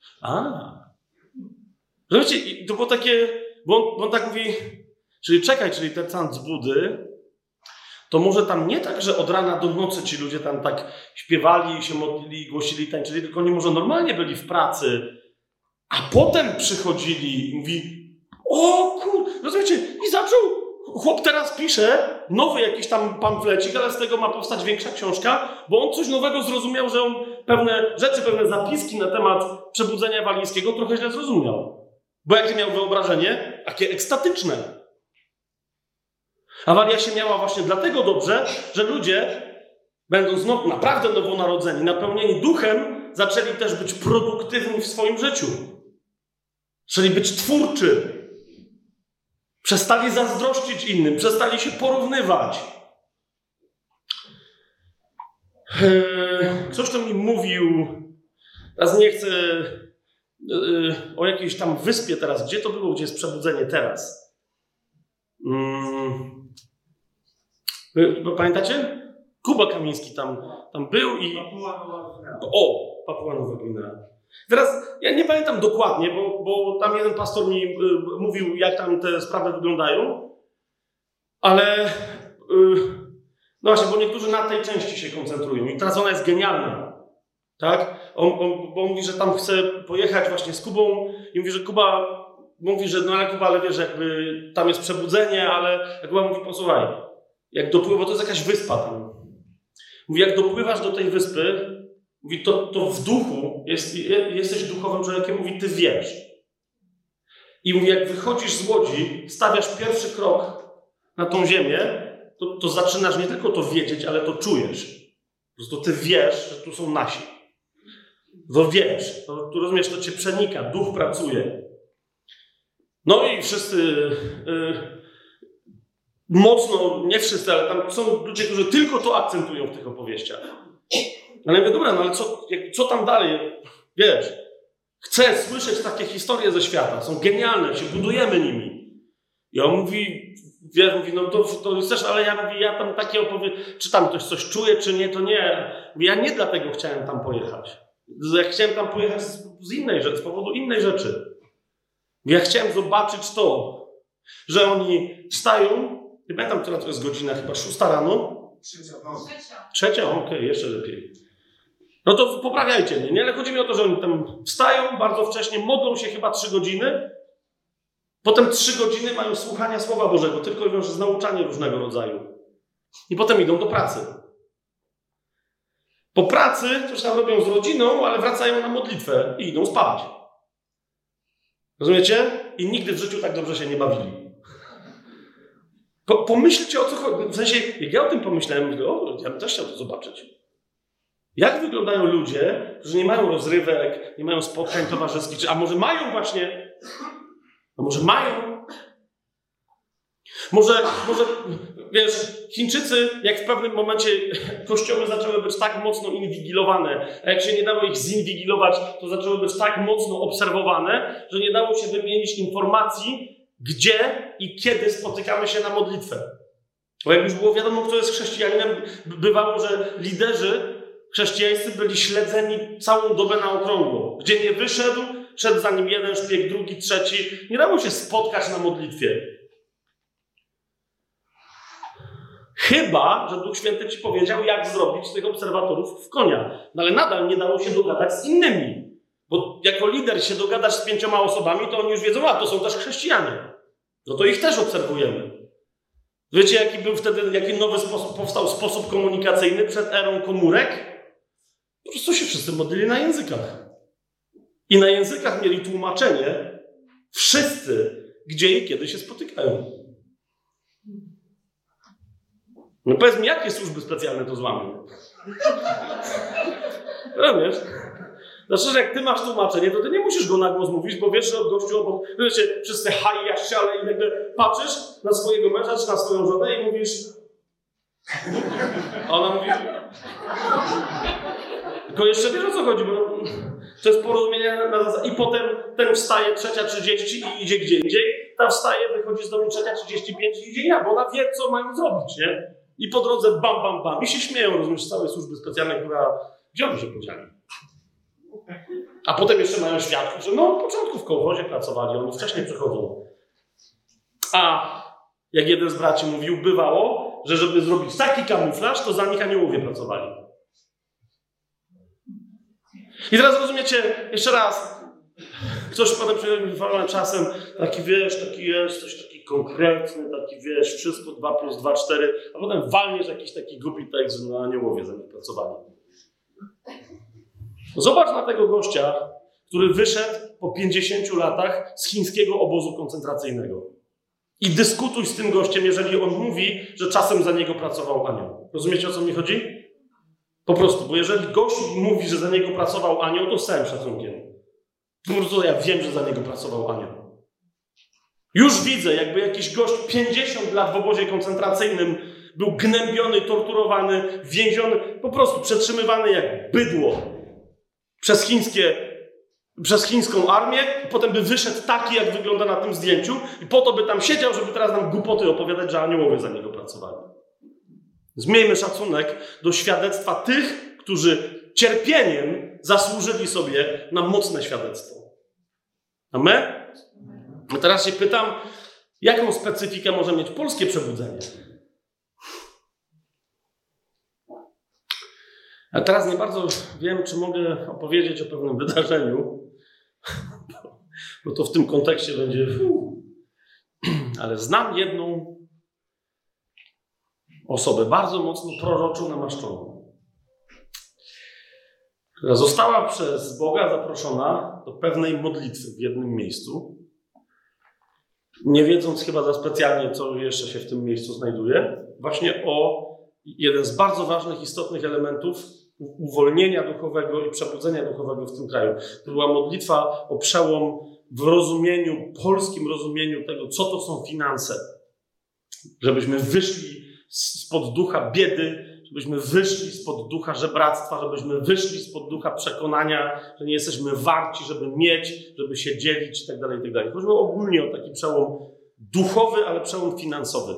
Wiecie, i to było takie, bo on tak mówi, czyli ten sam z budy, to może tam nie tak, że od rana do nocy ci ludzie tam tak śpiewali, się modlili, głosili, tańczyli, tylko oni może normalnie byli w pracy, a potem przychodzili i mówi, rozumiecie, i zaczął, chłop teraz pisze nowy jakiś tam pamflecik, ale z tego ma powstać większa książka, bo on coś nowego zrozumiał, że on pewne rzeczy, pewne zapiski na temat przebudzenia walijskiego trochę źle zrozumiał. Bo jakie miał wyobrażenie? Takie ekstatyczne. Awaria się miała właśnie dlatego dobrze, że ludzie, będąc naprawdę nowonarodzeni, napełnieni duchem, zaczęli też być produktywni w swoim życiu. Zaczęli być twórczy. Przestali zazdrościć innym, przestali się porównywać. Ktoś to mi mówił, teraz nie chcę o jakiejś tam wyspie teraz. Gdzie to było, gdzie jest przebudzenie teraz? Pamiętacie? Kuba Kamiński tam był i... Papua Nowa Gwinea. Teraz, ja nie pamiętam dokładnie, bo tam jeden pastor mi mówił, jak tam te sprawy wyglądają, ale No właśnie, bo niektórzy na tej części się koncentrują i teraz ona jest genialna. Tak? Bo on mówi, że tam chce pojechać właśnie z Kubą i mówi, że Kuba mówi, że no ale Kuba, ale wiesz, jakby tam jest przebudzenie, ale Kuba mówi, posłuchaj, jak dopływa, bo to jest jakaś wyspa tam. Mówi, jak dopływasz do tej wyspy, mówi, to w duchu, jesteś duchowym człowiekiem, mówi, ty wiesz. I mówi, jak wychodzisz z łodzi, stawiasz pierwszy krok na tą ziemię, to zaczynasz nie tylko to wiedzieć, ale to czujesz. Po prostu ty wiesz, że tu są nasi. To wiesz, to rozumiesz, to cię przenika, duch pracuje. No i wszyscy mocno, nie wszyscy, ale tam są ludzie, którzy tylko to akcentują w tych opowieściach. Ale ja mówię, dobra, no ale co tam dalej? Wiesz, chcę słyszeć takie historie ze świata, są genialne, się budujemy nimi. I on mówi, no to chcesz, ale ja tam takie czy tam ktoś coś czuje, czy nie, to nie. Ja nie dlatego chciałem tam pojechać. Ja chciałem tam pojechać z powodu innej rzeczy. Ja chciałem zobaczyć to, że oni wstają, nie pamiętam, która to jest godzina, chyba 6 rano. Trzecia? Okej, jeszcze lepiej. No to poprawiajcie mnie, nie? Ale chodzi mi o to, że oni tam wstają bardzo wcześnie, modlą się chyba 3 godziny, potem 3 godziny mają słuchania Słowa Bożego, tylko i wyłącznie z nauczania różnego rodzaju. I potem idą do pracy. Po pracy coś tam robią z rodziną, ale wracają na modlitwę i idą spać. Rozumiecie? I nigdy w życiu tak dobrze się nie bawili. Pomyślcie, o co chodzi. W sensie, jak ja o tym pomyślałem, mówię, ja bym też chciał to zobaczyć. Jak wyglądają ludzie, którzy nie mają rozrywek, nie mają spotkań towarzyskich, a może mają właśnie, Może, wiesz, Chińczycy, jak w pewnym momencie kościoły zaczęły być tak mocno inwigilowane, a jak się nie dało ich zinwigilować, to zaczęły być tak mocno obserwowane, że nie dało się wymienić informacji, gdzie i kiedy spotykamy się na modlitwę. Bo jak już było wiadomo, kto jest chrześcijaninem, bywało, że liderzy chrześcijańscy byli śledzeni całą dobę na okrągło. Gdzie nie wyszedł, szedł za nim jeden szpieg, drugi, trzeci. Nie dało się spotkać na modlitwie. Chyba, że Duch Święty ci powiedział, jak zrobić z tych obserwatorów w konia. No ale nadal nie dało się dogadać z innymi. Bo jako lider się dogadasz z 5 osobami, to oni już wiedzą, to są też chrześcijanie. No to ich też obserwujemy. Wiecie, jaki był wtedy, jaki nowy powstał sposób komunikacyjny przed erą komórek? Po prostu się wszyscy modlili na językach. I na językach mieli tłumaczenie wszyscy, gdzie i kiedy się spotykają. No powiedz mi, jakie służby specjalne to złamią? Rozumiesz? Znaczy, że jak ty masz tłumaczenie, to ty nie musisz go na głos mówić, bo wiesz, że od gościu obok, wiecie, wszyscy hajja, siale i nagle patrzysz na swojego męża czy na swoją żonę i mówisz... A ona mówi... Tylko jeszcze wiesz, o co chodzi, bo to jest porozumienie i potem ten wstaje 3:30 i idzie gdzie indziej, ta wstaje, wychodzi z domu 3:35 i idzie ja, bo ona wie, co mają zrobić, nie? I po drodze bam, bam, bam. I się śmieją, rozumiesz, z całej służby specjalnej, gdzie oni się podzieli? A potem jeszcze mają świadków, że od początku w kołchozie pracowali, oni wcześniej przychodzą. A jak jeden z braci mówił, bywało, że żeby zrobić taki kamuflaż, to za nich aniołowie pracowali. I teraz rozumiecie, jeszcze raz, ktoś potem przyjdzie czasem, taki wiesz, taki jesteś, taki konkretny, taki wiesz, wszystko 2+2=4, a potem walniesz jakiś taki głupi tekst, że aniołowie za nich pracowali. Zobacz na tego gościa, który wyszedł po 50 latach z chińskiego obozu koncentracyjnego. I dyskutuj z tym gościem, jeżeli on mówi, że czasem za niego pracował anioł. Rozumiecie, o co mi chodzi? Po prostu, bo jeżeli gość mówi, że za niego pracował anioł, to z całym szacunkiem. Po prostu ja wiem, że za niego pracował anioł. Już widzę, jakby jakiś gość 50 lat w obozie koncentracyjnym był gnębiony, torturowany, więziony, po prostu przetrzymywany jak bydło przez chińską armię, i potem by wyszedł taki, jak wygląda na tym zdjęciu, i po to by tam siedział, żeby teraz nam głupoty opowiadać, że aniołowie za niego pracowali. Zmiejmy szacunek do świadectwa tych, którzy cierpieniem zasłużyli sobie na mocne świadectwo. Amen? A teraz się pytam, jaką specyfikę może mieć polskie przebudzenie? A teraz nie bardzo wiem, czy mogę opowiedzieć o pewnym wydarzeniu, bo to w tym kontekście będzie... Ale znam jedną osobę bardzo mocno proroczą, namaszczoną, która została przez Boga zaproszona do pewnej modlitwy w jednym miejscu, nie wiedząc chyba za specjalnie, co jeszcze się w tym miejscu znajduje, właśnie o jeden z bardzo ważnych, istotnych elementów uwolnienia duchowego i przebudzenia duchowego w tym kraju. To była modlitwa o przełom w rozumieniu, polskim rozumieniu tego, co to są finanse. Żebyśmy wyszli spod ducha biedy, żebyśmy wyszli spod ducha żebractwa, żebyśmy wyszli spod ducha przekonania, że nie jesteśmy warci, żeby mieć, żeby się dzielić itd., itd. Chodziło ogólnie o taki przełom duchowy, ale przełom finansowy.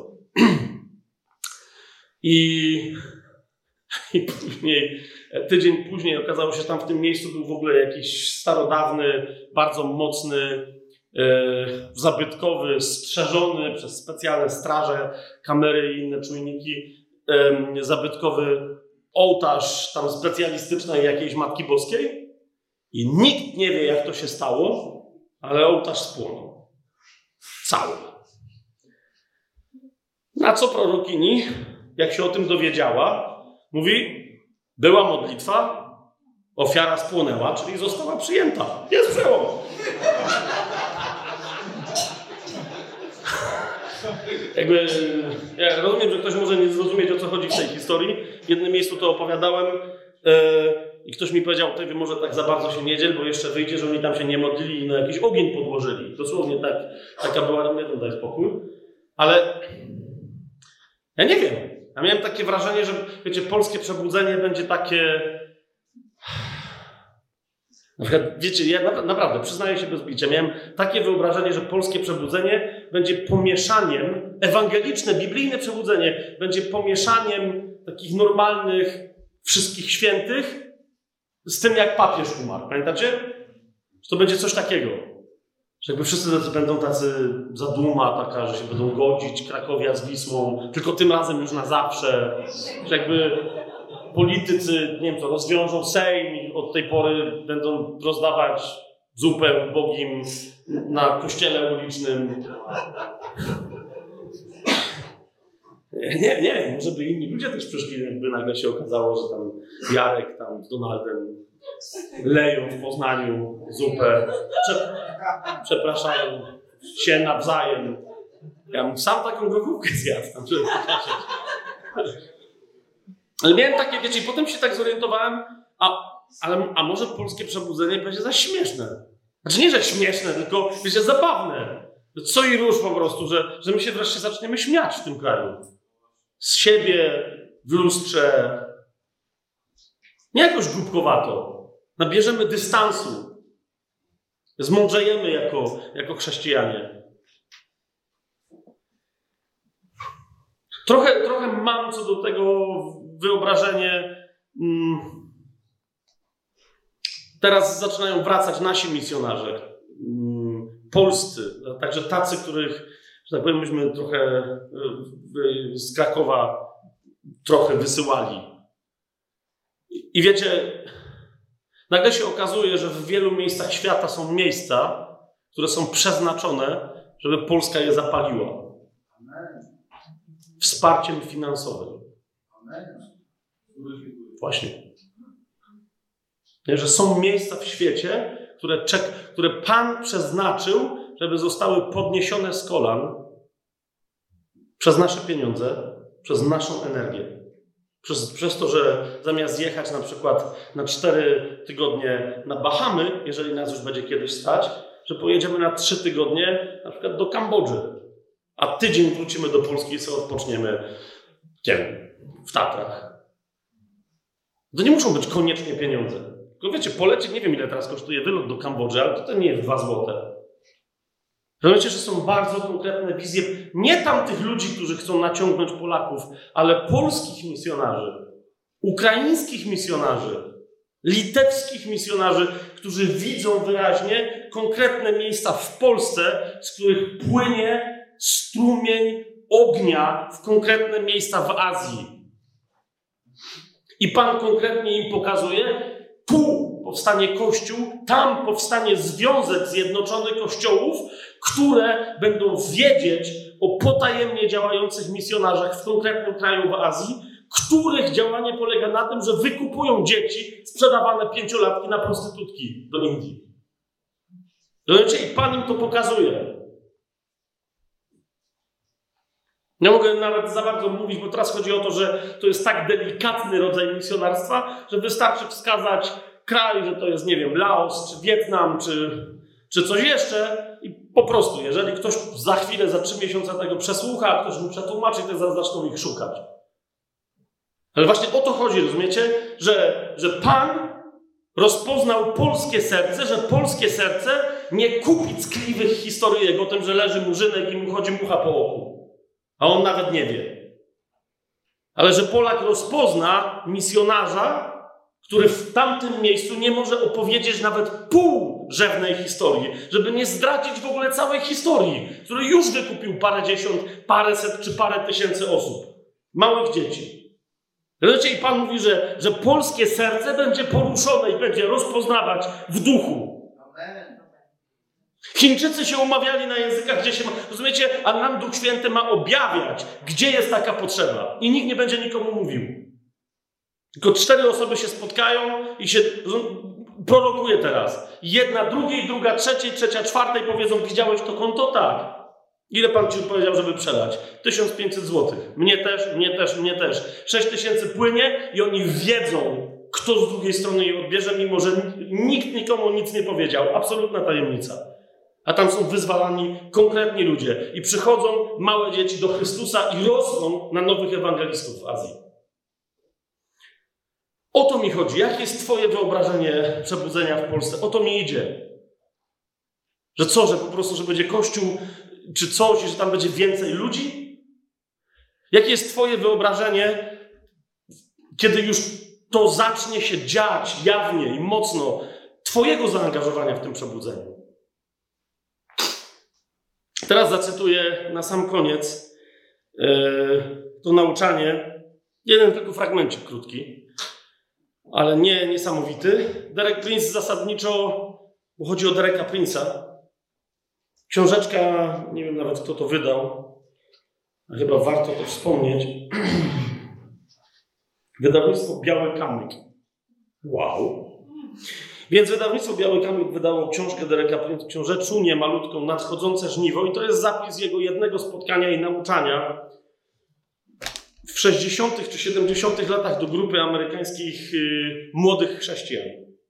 I później, tydzień później okazało się, że tam w tym miejscu był w ogóle jakiś starodawny, bardzo mocny, zabytkowy, strzeżony przez specjalne straże, kamery i inne czujniki, zabytkowy ołtarz tam specjalistycznej jakiejś Matki Boskiej i nikt nie wie, jak to się stało, ale ołtarz spłonął. Cały. Na co prorokini, jak się o tym dowiedziała, mówi, była modlitwa, ofiara spłonęła, czyli została przyjęta. Jest przełom. Jakby, ja rozumiem, że ktoś może nie zrozumieć, o co chodzi w tej historii. W jednym miejscu to opowiadałem i ktoś mi powiedział, ty może tak za bardzo się nie dziel, bo jeszcze wyjdzie, że oni tam się nie modlili i na jakiś ogień podłożyli. Dosłownie tak, taka była, nie daj spokój. Ale ja nie wiem. Ja miałem takie wrażenie, że wiecie, polskie przebudzenie będzie takie... Na przykład, wiecie, ja naprawdę, przyznaję się bez bicia, miałem takie wyobrażenie, że polskie przebudzenie będzie pomieszaniem, ewangeliczne, biblijne przebudzenie będzie pomieszaniem takich normalnych wszystkich świętych z tym, jak papież umarł. Pamiętacie? Że to będzie coś takiego. Że jakby wszyscy będą tacy zaduma taka, że się będą godzić Krakowia z Wisłą, tylko tym razem już na zawsze. Że jakby politycy, nie wiem co, rozwiążą Sejm i od tej pory będą rozdawać zupę ubogim na kościele ulicznym. Nie wiem, może by inni ludzie też przyszli, jakby nagle się okazało, że tam Jarek tam z Donaldem leją w Poznaniu zupę, przepraszają się nawzajem. Ja bym sam taką gotówkę zjadł tam, żeby pokazać. Ale miałem takie, wiecie, i potem się tak zorientowałem, a może polskie przebudzenie będzie za śmieszne. Znaczy nie, że śmieszne, tylko wiecie, zabawne. Co i róż po prostu, że my się wreszcie zaczniemy śmiać w tym kraju. Z siebie, w lustrze. Nie jakoś głupkowato. Nabierzemy dystansu. Zmądrzejemy jako chrześcijanie. Trochę mam co do tego wyobrażenie. Teraz zaczynają wracać nasi misjonarze. Polscy. Także tacy, których, że tak powiem, myśmy trochę z Krakowa trochę wysyłali. I wiecie, nagle się okazuje, że w wielu miejscach świata są miejsca, które są przeznaczone, żeby Polska je zapaliła. Wsparciem finansowym. Właśnie. Nie, że są miejsca w świecie, które Pan przeznaczył, żeby zostały podniesione z kolan przez nasze pieniądze, przez naszą energię. Przez to, że zamiast jechać na przykład na 4 tygodnie na Bahamy, jeżeli nas już będzie kiedyś stać, że pojedziemy na 3 tygodnie na przykład do Kambodży, a tydzień wrócimy do Polski i sobie odpoczniemy, nie wiem, w Tatrach. To nie muszą być koniecznie pieniądze. Tylko wiecie, polecieć, nie wiem ile teraz kosztuje wylot do Kambodży, ale to nie jest 2 złote. Rozumiecie, że są bardzo konkretne wizje nie tamtych ludzi, którzy chcą naciągnąć Polaków, ale polskich misjonarzy, ukraińskich misjonarzy, litewskich misjonarzy, którzy widzą wyraźnie konkretne miejsca w Polsce, z których płynie strumień ognia w konkretne miejsca w Azji. I Pan konkretnie im pokazuje, tu powstanie Kościół, tam powstanie Związek Zjednoczony Kościołów, które będą wiedzieć o potajemnie działających misjonarzach w konkretnym kraju w Azji, których działanie polega na tym, że wykupują dzieci sprzedawane 5-latki na prostytutki do Indii. Rozumiecie? I Pan im to pokazuje. Nie mogę nawet za bardzo mówić, bo teraz chodzi o to, że to jest tak delikatny rodzaj misjonarstwa, że wystarczy wskazać kraj, że to jest, nie wiem, Laos, czy Wietnam, czy coś jeszcze i po prostu, jeżeli ktoś za chwilę, za 3 miesiące tego przesłucha, a ktoś mu przetłumaczy, to zaraz zaczną ich szukać. Ale właśnie o to chodzi, rozumiecie? Że Pan rozpoznał polskie serce, że polskie serce nie kupi ckliwych historyjek o tym, że leży murzynek i mu chodzi mucha po oku. A on nawet nie wie. Ale że Polak rozpozna misjonarza, który w tamtym miejscu nie może opowiedzieć nawet półrzewnej historii, żeby nie zdradzić w ogóle całej historii, który już wykupił parędziesiąt, paręset czy parę tysięcy osób. Małych dzieci. Wiecie, i Pan mówi, że polskie serce będzie poruszone i będzie rozpoznawać w duchu. Chińczycy się umawiali na językach, gdzie się ma... Rozumiecie? A nam Duch Święty ma objawiać, gdzie jest taka potrzeba. I nikt nie będzie nikomu mówił. Tylko 4 osoby się spotkają i się prorokuje teraz. Jedna drugiej, druga trzeciej, trzecia czwartej powiedzą, widziałeś to konto? Tak. Ile Pan ci powiedział, żeby przelać? 1500 zł. Mnie też, mnie też, mnie też. 6000 płynie i oni wiedzą, kto z drugiej strony je odbierze, mimo że nikt nikomu nic nie powiedział. Absolutna tajemnica. A tam są wyzwalani konkretni ludzie. I przychodzą małe dzieci do Chrystusa i rosną na nowych ewangelistów w Azji. O to mi chodzi. Jakie jest twoje wyobrażenie przebudzenia w Polsce? O to mi idzie. Że co? Że po prostu, że będzie Kościół czy coś, że tam będzie więcej ludzi? Jakie jest twoje wyobrażenie, kiedy już to zacznie się dziać jawnie i mocno, twojego zaangażowania w tym przebudzeniu? Teraz zacytuję na sam koniec to nauczanie. Jeden tylko fragmencik krótki, ale nie niesamowity. Derek Prince zasadniczo, bo chodzi o Dereka Prince'a. Książeczka, nie wiem nawet kto to wydał, a chyba warto to wspomnieć. Wydawnictwo Biały Kamyk. Wow. Więc wydawnictwo Biały Kamyk wydało książkę Dereka Prince'a, książeczunię malutką, Nadchodzące żniwo. I to jest zapis jego jednego spotkania i nauczania w 60. czy 70. latach do grupy amerykańskich młodych chrześcijan.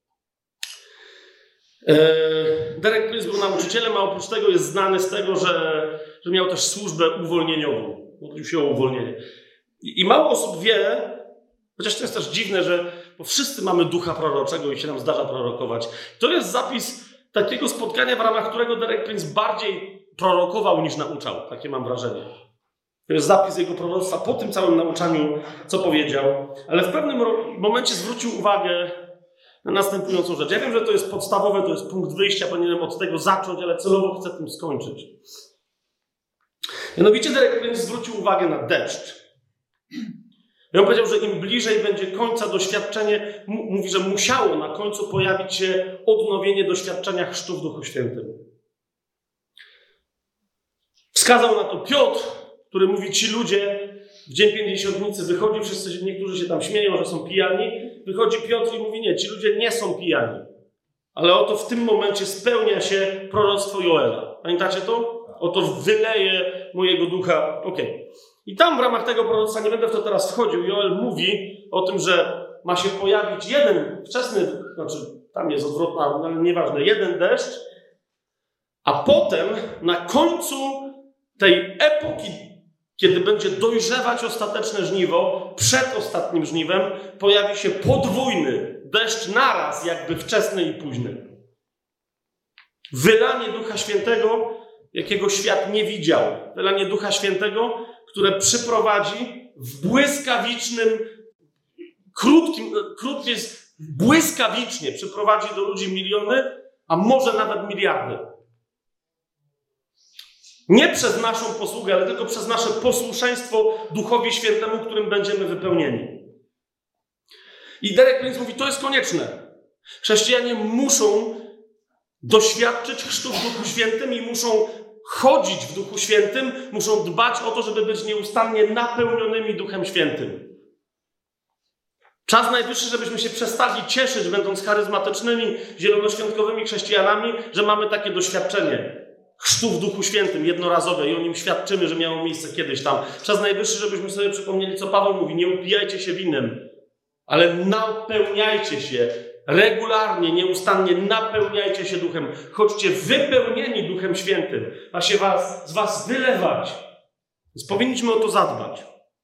Derek Prince był nauczycielem, a oprócz tego jest znany z tego, że miał też służbę uwolnieniową. Modlił się o uwolnienie. I mało osób wie, chociaż to jest też dziwne, bo wszyscy mamy ducha proroczego i się nam zdarza prorokować. To jest zapis takiego spotkania, w ramach którego Derek Prince bardziej prorokował niż nauczał. Takie mam wrażenie. To jest zapis jego proroctwa po tym całym nauczaniu, co powiedział. Ale w pewnym momencie zwrócił uwagę na następującą rzecz. Ja wiem, że to jest podstawowe, to jest punkt wyjścia, powinienem od tego zacząć, ale celowo chcę tym skończyć. Mianowicie Derek Prince zwrócił uwagę na deszcz. I on powiedział, że im bliżej będzie końca doświadczenie, mówi, że musiało na końcu pojawić się odnowienie doświadczenia chrztu w Duchu Świętym. Wskazał na to Piotr, który mówi, ci ludzie w Dzień Pięćdziesiątnicy wychodzi, wszyscy, niektórzy się tam śmieją, że są pijani. Wychodzi Piotr i mówi, nie, ci ludzie nie są pijani. Ale oto w tym momencie spełnia się proroctwo Joela. Pamiętacie to? Oto wyleje mojego ducha. Okej. I tam w ramach tego proroctwa, nie będę w to teraz wchodził, Joel mówi o tym, że ma się pojawić jeden wczesny, znaczy tam jest odwrotna, ale nieważne, jeden deszcz, a potem na końcu tej epoki, kiedy będzie dojrzewać ostateczne żniwo, przed ostatnim żniwem pojawi się podwójny deszcz naraz, jakby wczesny i późny. Wylanie Ducha Świętego, jakiego świat nie widział. Wylanie Ducha Świętego, które przyprowadzi w błyskawicznym, błyskawicznie przyprowadzi do ludzi miliony, a może nawet miliardy. Nie przez naszą posługę, ale tylko przez nasze posłuszeństwo Duchowi Świętemu, którym będziemy wypełnieni. I Derek Prince mówi, to jest konieczne. Chrześcijanie muszą doświadczyć chrztu w Duchu Świętym i muszą chodzić w Duchu Świętym, muszą dbać o to, żeby być nieustannie napełnionymi Duchem Świętym. Czas najwyższy, żebyśmy się przestali cieszyć, będąc charyzmatycznymi, zielonoświątkowymi chrześcijanami, że mamy takie doświadczenie chrztu w Duchu Świętym jednorazowe i o nim świadczymy, że miało miejsce kiedyś tam. Czas najwyższy, żebyśmy sobie przypomnieli, co Paweł mówi, nie upijajcie się winem, ale napełniajcie się regularnie, nieustannie napełniajcie się Duchem. Chodźcie wypełnieni Duchem Świętym. Ma się z was wylewać. Więc powinniśmy o to zadbać.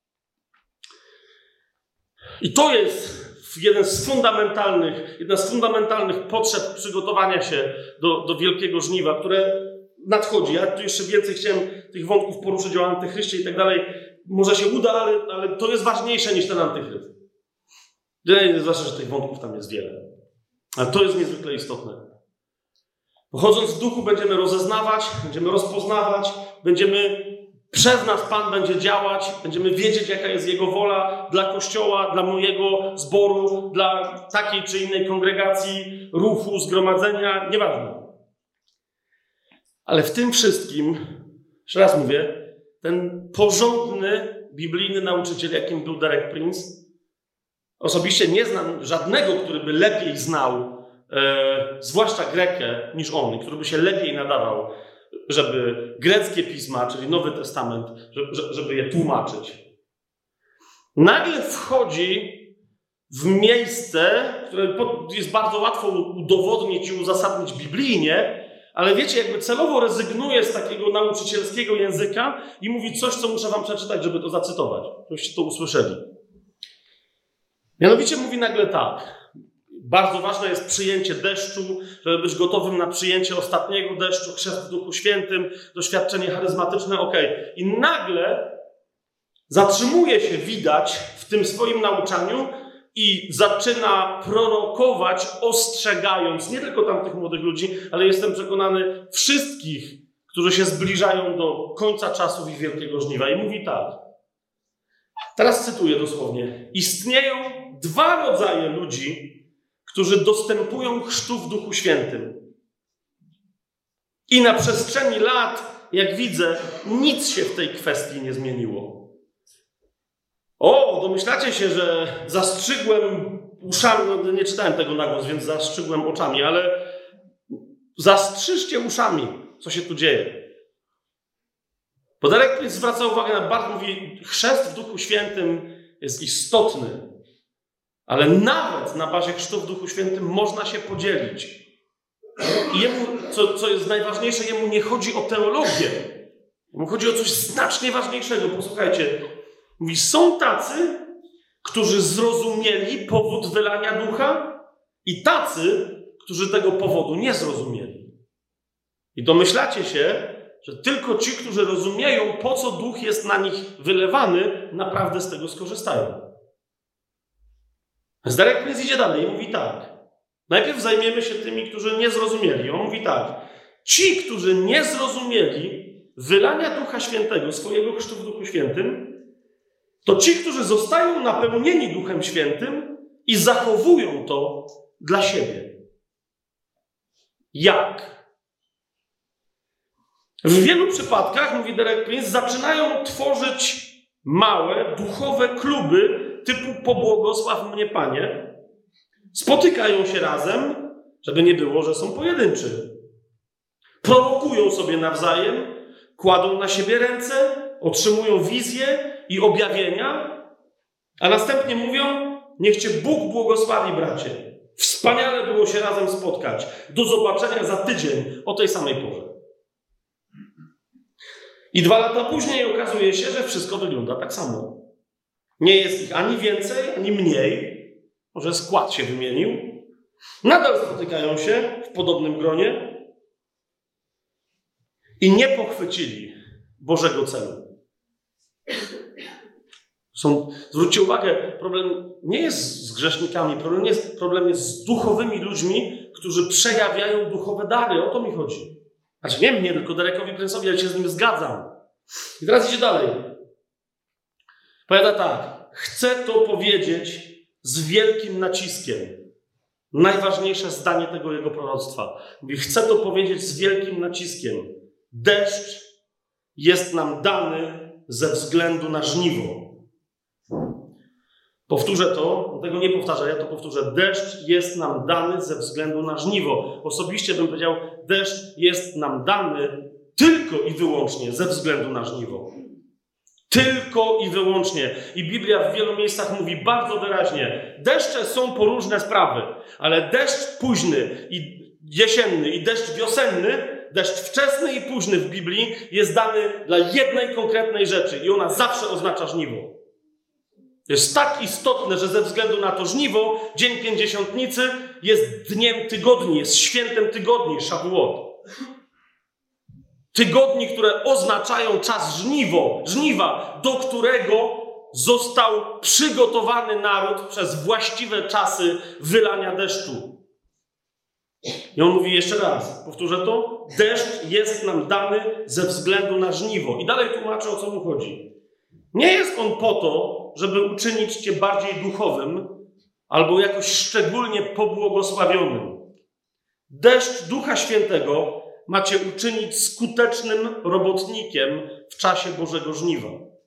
I to jest jedna z fundamentalnych potrzeb przygotowania się do wielkiego żniwa, które nadchodzi. Ja tu jeszcze więcej chciałem tych wątków poruszyć o antychryście i tak dalej. Może się uda, ale to jest ważniejsze niż ten antychryst. Zwłaszcza, że tych wątków tam jest wiele. Ale to jest niezwykle istotne. Chodząc w duchu będziemy rozeznawać, będziemy rozpoznawać, przez nas Pan będzie działać, będziemy wiedzieć, jaka jest Jego wola dla Kościoła, dla mojego zboru, dla takiej czy innej kongregacji, ruchu, zgromadzenia, nieważne. Ale w tym wszystkim, jeszcze raz mówię, ten porządny, biblijny nauczyciel, jakim był Derek Prince, osobiście nie znam żadnego, który by lepiej znał, zwłaszcza Grekę, niż on, który by się lepiej nadawał, żeby greckie pisma, czyli Nowy Testament, żeby je tłumaczyć. Nagle wchodzi w miejsce, które jest bardzo łatwo udowodnić i uzasadnić biblijnie, ale wiecie, jakby celowo rezygnuje z takiego nauczycielskiego języka i mówi coś, co muszę wam przeczytać, żeby to zacytować, żebyście to usłyszeli. Mianowicie mówi nagle tak. Bardzo ważne jest przyjęcie deszczu, żeby być gotowym na przyjęcie ostatniego deszczu, chrzest w Duchu Świętym, doświadczenie charyzmatyczne, I nagle zatrzymuje się, widać, w tym swoim nauczaniu i zaczyna prorokować, ostrzegając nie tylko tamtych młodych ludzi, ale jestem przekonany wszystkich, którzy się zbliżają do końca czasów i wielkiego żniwa. I mówi tak. Teraz cytuję dosłownie. Istnieją dwa rodzaje ludzi, którzy dostępują chrztu w Duchu Świętym. I na przestrzeni lat, jak widzę, nic się w tej kwestii nie zmieniło. Domyślacie się, że zastrzygłem uszami, nie czytałem tego na głos, więc zastrzygłem oczami, ale zastrzyżcie uszami, co się tu dzieje. Bo Derek Prince zwraca uwagę na bardzo, mówi, chrzest w Duchu Świętym jest istotny. Ale nawet na bazie chrztu w Duchu Świętym można się podzielić. I jemu, co jest najważniejsze, jemu nie chodzi o teologię. Jemu chodzi o coś znacznie ważniejszego. Posłuchajcie. Mówi, są tacy, którzy zrozumieli powód wylania ducha i tacy, którzy tego powodu nie zrozumieli. I domyślacie się, że tylko ci, którzy rozumieją, po co duch jest na nich wylewany, naprawdę z tego skorzystają. Derek Prince idzie dalej i mówi tak. Najpierw zajmiemy się tymi, którzy nie zrozumieli. On mówi tak. Ci, którzy nie zrozumieli wylania Ducha Świętego, swojego chrztu w Duchu Świętym, to ci, którzy zostają napełnieni Duchem Świętym i zachowują to dla siebie. Jak? W wielu przypadkach, mówi Derek Prince, zaczynają tworzyć małe, duchowe kluby typu pobłogosław mnie, Panie. Spotykają się razem, żeby nie było, że są pojedynczy. Prorokują sobie nawzajem, kładą na siebie ręce, otrzymują wizje i objawienia, a następnie mówią, niech Cię Bóg błogosławi, bracie. Wspaniale było się razem spotkać. Do zobaczenia za tydzień o tej samej porze. I 2 lata później okazuje się, że wszystko wygląda tak samo. Nie jest ich ani więcej, ani mniej. Może skład się wymienił. Nadal spotykają się w podobnym gronie i nie pochwycili Bożego celu. Zwróćcie uwagę, problem nie jest z grzesznikami, problem jest z duchowymi ludźmi, którzy przejawiają duchowe dary. O to mi chodzi. Znaczy nie mnie, tylko Derekowi Prince'owi, ja się z nim zgadzam. I teraz idzie dalej. Powiada tak. Chcę to powiedzieć z wielkim naciskiem. Najważniejsze zdanie tego jego proroctwa. Mówi, chcę to powiedzieć z wielkim naciskiem. Deszcz jest nam dany ze względu na żniwo. Powtórzę to, tego nie powtarzę, ja to powtórzę. Deszcz jest nam dany ze względu na żniwo. Osobiście bym powiedział, deszcz jest nam dany tylko i wyłącznie ze względu na żniwo. Tylko i wyłącznie. I Biblia w wielu miejscach mówi bardzo wyraźnie, deszcze są po różne sprawy, ale deszcz późny i jesienny i deszcz wiosenny, deszcz wczesny i późny w Biblii jest dany dla jednej konkretnej rzeczy i ona zawsze oznacza żniwo. Jest tak istotne, że ze względu na to żniwo, Dzień Pięćdziesiątnicy jest dniem tygodni, jest świętem tygodni, Szabuot. Tygodni, które oznaczają czas żniwa, do którego został przygotowany naród przez właściwe czasy wylania deszczu. I on mówi jeszcze raz, powtórzę to, deszcz jest nam dany ze względu na żniwo. I dalej tłumaczę, o co mu chodzi. Nie jest on po to, żeby uczynić cię bardziej duchowym albo jakoś szczególnie pobłogosławionym. Deszcz Ducha Świętego ma cię uczynić skutecznym robotnikiem w czasie Bożego żniwa.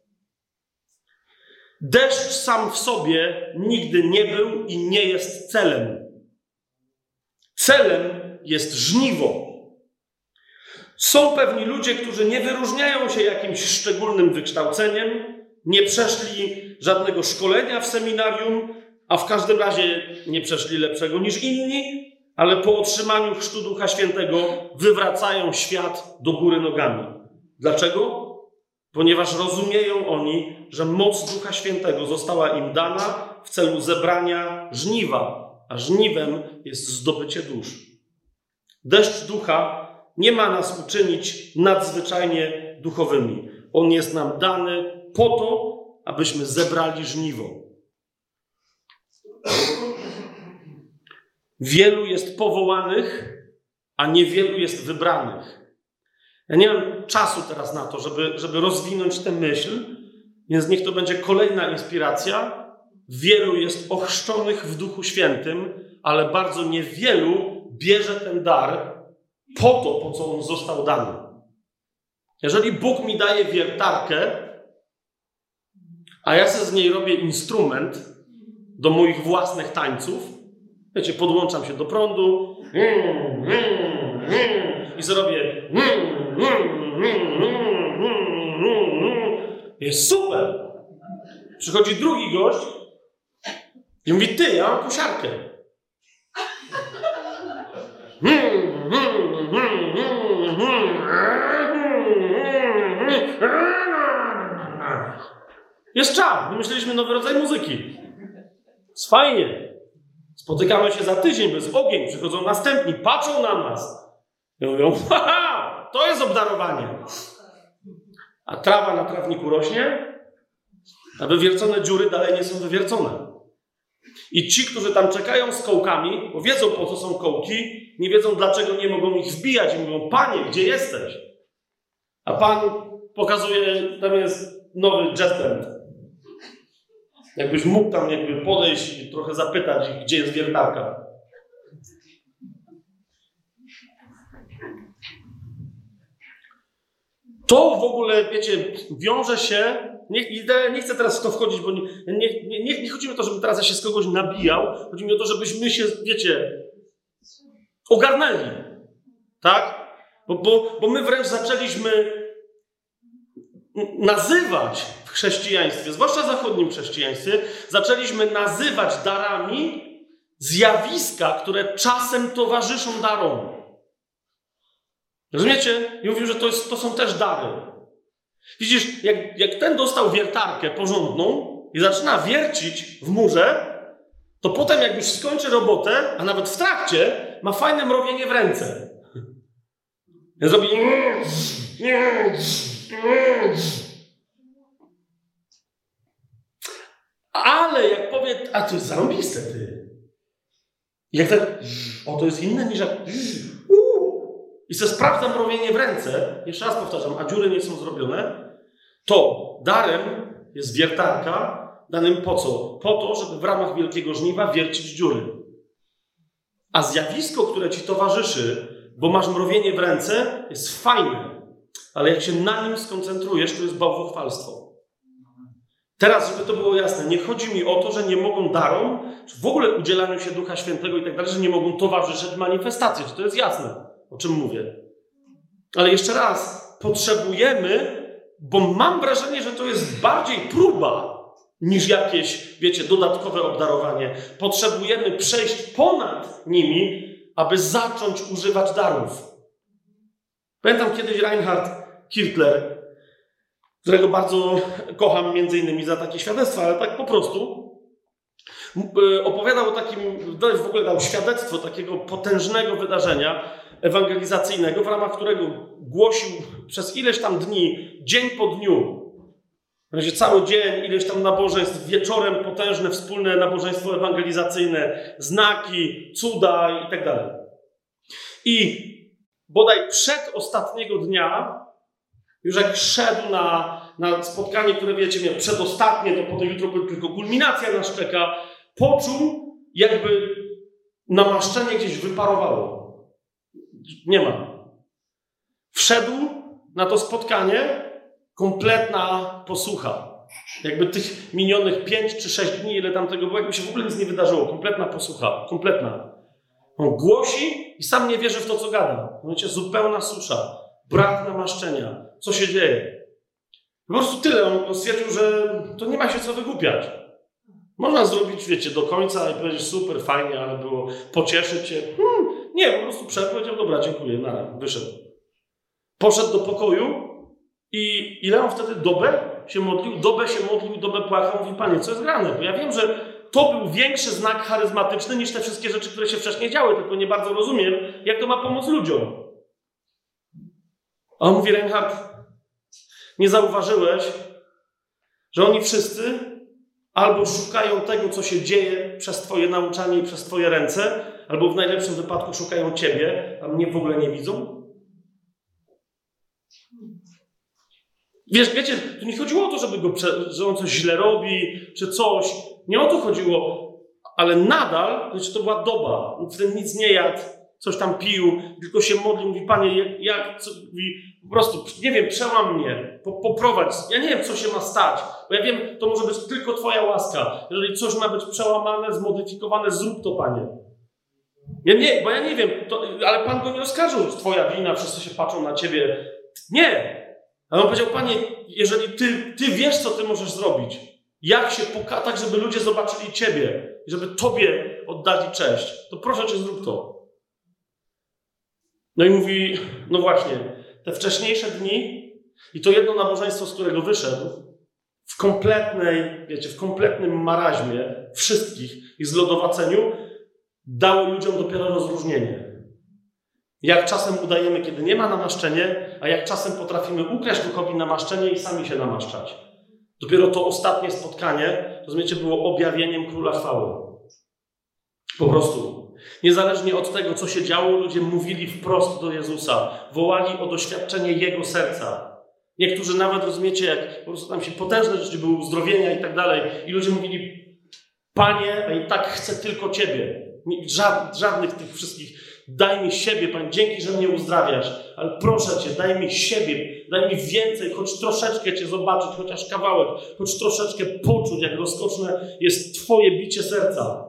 Deszcz sam w sobie nigdy nie był i nie jest celem. Celem jest żniwo. Są pewni ludzie, którzy nie wyróżniają się jakimś szczególnym wykształceniem, nie przeszli żadnego szkolenia w seminarium, a w każdym razie nie przeszli lepszego niż inni, ale po otrzymaniu chrztu Ducha Świętego wywracają świat do góry nogami. Dlaczego? Ponieważ rozumieją oni, że moc Ducha Świętego została im dana w celu zebrania żniwa, a żniwem jest zdobycie dusz. Deszcz Ducha nie ma nas uczynić nadzwyczajnie duchowymi. On jest nam dany po to, abyśmy zebrali żniwo. Wielu jest powołanych, a niewielu jest wybranych. Ja nie mam czasu teraz na to, żeby rozwinąć tę myśl, więc niech to będzie kolejna inspiracja. Wielu jest ochrzczonych w Duchu Świętym, ale bardzo niewielu bierze ten dar po to, po co on został dany. Jeżeli Bóg mi daje wiertarkę, a ja sobie z niej robię instrument do moich własnych tańców, wiecie, podłączam się do prądu i zrobię jest super. Przychodzi drugi gość i mówi, ty, ja mam kosiarkę. Jest czas. Wymyśliliśmy nowy rodzaj muzyki. Jest fajnie. Spotykamy się za tydzień, bez ogień. Przychodzą następni, patrzą na nas. I mówią, haha, to jest obdarowanie. A trawa na trawniku rośnie, a wywiercone dziury dalej nie są wywiercone. I ci, którzy tam czekają z kołkami, bo wiedzą, po co są kołki, nie wiedzą, dlaczego nie mogą ich wbijać. I mówią, Panie, gdzie jesteś? A Pan pokazuje, tam jest nowy jazz band. Jakbyś mógł tam podejść i trochę zapytać, gdzie jest wiertarka. To w ogóle, wiecie, wiąże się... Nie chcę teraz w to wchodzić, bo nie chodzi mi o to, żebym teraz ja się z kogoś nabijał. Chodzi mi o to, żebyśmy się, wiecie, ogarnęli. Tak? Bo my wręcz zaczęliśmy nazywać w chrześcijaństwie, zwłaszcza w zachodnim chrześcijaństwie, zaczęliśmy nazywać darami zjawiska, które czasem towarzyszą darom. Rozumiecie? I mówił, że to są też dary. Widzisz, jak ten dostał wiertarkę porządną i zaczyna wiercić w murze, to potem jak już skończy robotę, a nawet w trakcie, ma fajne mrowienie w ręce. Ja zrobi... Ale jak powie, a to jest zarąbiste, ty. I jak tak, to jest inne niż jak... I se sprawdza mrowienie w ręce, jeszcze raz powtarzam, a dziury nie są zrobione, to darem jest wiertarka danym po co? Po to, żeby w ramach wielkiego żniwa wiercić dziury. A zjawisko, które ci towarzyszy, bo masz mrowienie w ręce, jest fajne. Ale jak się na nim skoncentrujesz, to jest bałwochwalstwo. Teraz, żeby to było jasne, nie chodzi mi o to, że nie mogą darom, czy w ogóle udzielaniu się Ducha Świętego i tak dalej, że nie mogą towarzyszyć manifestacji. Czy to jest jasne, o czym mówię? Ale jeszcze raz, potrzebujemy, bo mam wrażenie, że to jest bardziej próba niż jakieś, wiecie, dodatkowe obdarowanie. Potrzebujemy przejść ponad nimi, aby zacząć używać darów. Pamiętam kiedyś Reinhard Kirchler, którego bardzo kocham między innymi za takie świadectwa, ale tak po prostu opowiadał o takim, w ogóle dał świadectwo takiego potężnego wydarzenia ewangelizacyjnego, w ramach którego głosił przez ileś tam dni, dzień po dniu, w razie cały dzień, ileś tam nabożeństw, wieczorem potężne wspólne nabożeństwo ewangelizacyjne, znaki, cuda i tak dalej. I bodaj przedostatniego dnia, już jak szedł na spotkanie, które wiecie, miał przedostatnie, to potem jutro tylko kulminacja nas czeka, poczuł, jakby namaszczenie gdzieś wyparowało. Nie ma. Wszedł na to spotkanie, kompletna posłucha. Jakby tych minionych 5 czy 6 dni, ile tam tego było, jakby się w ogóle nic nie wydarzyło. Kompletna posłucha. Kompletna. On głosi i sam nie wierzy w to, co gada. Wiecie, zupełna susza. Brak namaszczenia. Co się dzieje? Po prostu tyle. On stwierdził, że to nie ma się co wygłupiać. Można zrobić, wiecie, do końca i powiedzieć super, fajnie, ale było pocieszyć się. Nie, po prostu wszedł, powiedział, dobra, dziękuję, wyszedł. Poszedł do pokoju i ile on wtedy dobę się modlił, dobę płakał, mówi, Panie, co jest grane? Bo ja wiem, że to był większy znak charyzmatyczny niż te wszystkie rzeczy, które się wcześniej działy, tylko nie bardzo rozumiem, jak to ma pomóc ludziom. A on mówi, Reinhard, nie zauważyłeś, że oni wszyscy albo szukają tego, co się dzieje przez Twoje nauczanie i przez Twoje ręce, albo w najlepszym wypadku szukają Ciebie, a mnie w ogóle nie widzą? Wiecie, tu nie chodziło o to, że on coś źle robi, czy coś. Nie o to chodziło, ale nadal, to była doba. On wtedy nic nie jadł, coś tam pił, tylko się modlił, mówi, Panie, mówi, po prostu, nie wiem, przełam mnie, poprowadź. Ja nie wiem, co się ma stać, bo ja wiem, to może być tylko Twoja łaska. Jeżeli coś ma być przełamane, zmodyfikowane, zrób to, Panie. Bo ja nie wiem, ale Pan go nie oskarżył, Twoja wina, wszyscy się patrzą na Ciebie. Nie. Ale on powiedział, Panie, jeżeli Ty wiesz, co Ty możesz zrobić, jak się tak, żeby ludzie zobaczyli Ciebie i żeby Tobie oddali cześć, to proszę Cię, zrób to. No i mówi, no właśnie, te wcześniejsze dni i to jedno nabożeństwo, z którego wyszedł, w kompletnym maraźmie wszystkich i zlodowaceniu, dało ludziom dopiero rozróżnienie. Jak czasem udajemy, kiedy nie ma namaszczenia, a jak czasem potrafimy ukraść duchowi namaszczenie i sami się namaszczać. Dopiero to ostatnie spotkanie, rozumiecie, było objawieniem Króla Chwały. Po prostu. Niezależnie od tego, co się działo, ludzie mówili wprost do Jezusa. Wołali o doświadczenie Jego serca. Niektórzy nawet, rozumiecie, jak po prostu tam się potężne rzeczy były, uzdrowienia i tak dalej. I ludzie mówili, Panie, a i tak chcę tylko Ciebie. Żadnych tych wszystkich. Daj mi siebie, Panie, dzięki, że mnie uzdrawiasz, ale proszę Cię, daj mi siebie, daj mi więcej, choć troszeczkę Cię zobaczyć, chociaż kawałek, choć troszeczkę poczuć, jak rozkoszne jest Twoje bicie serca.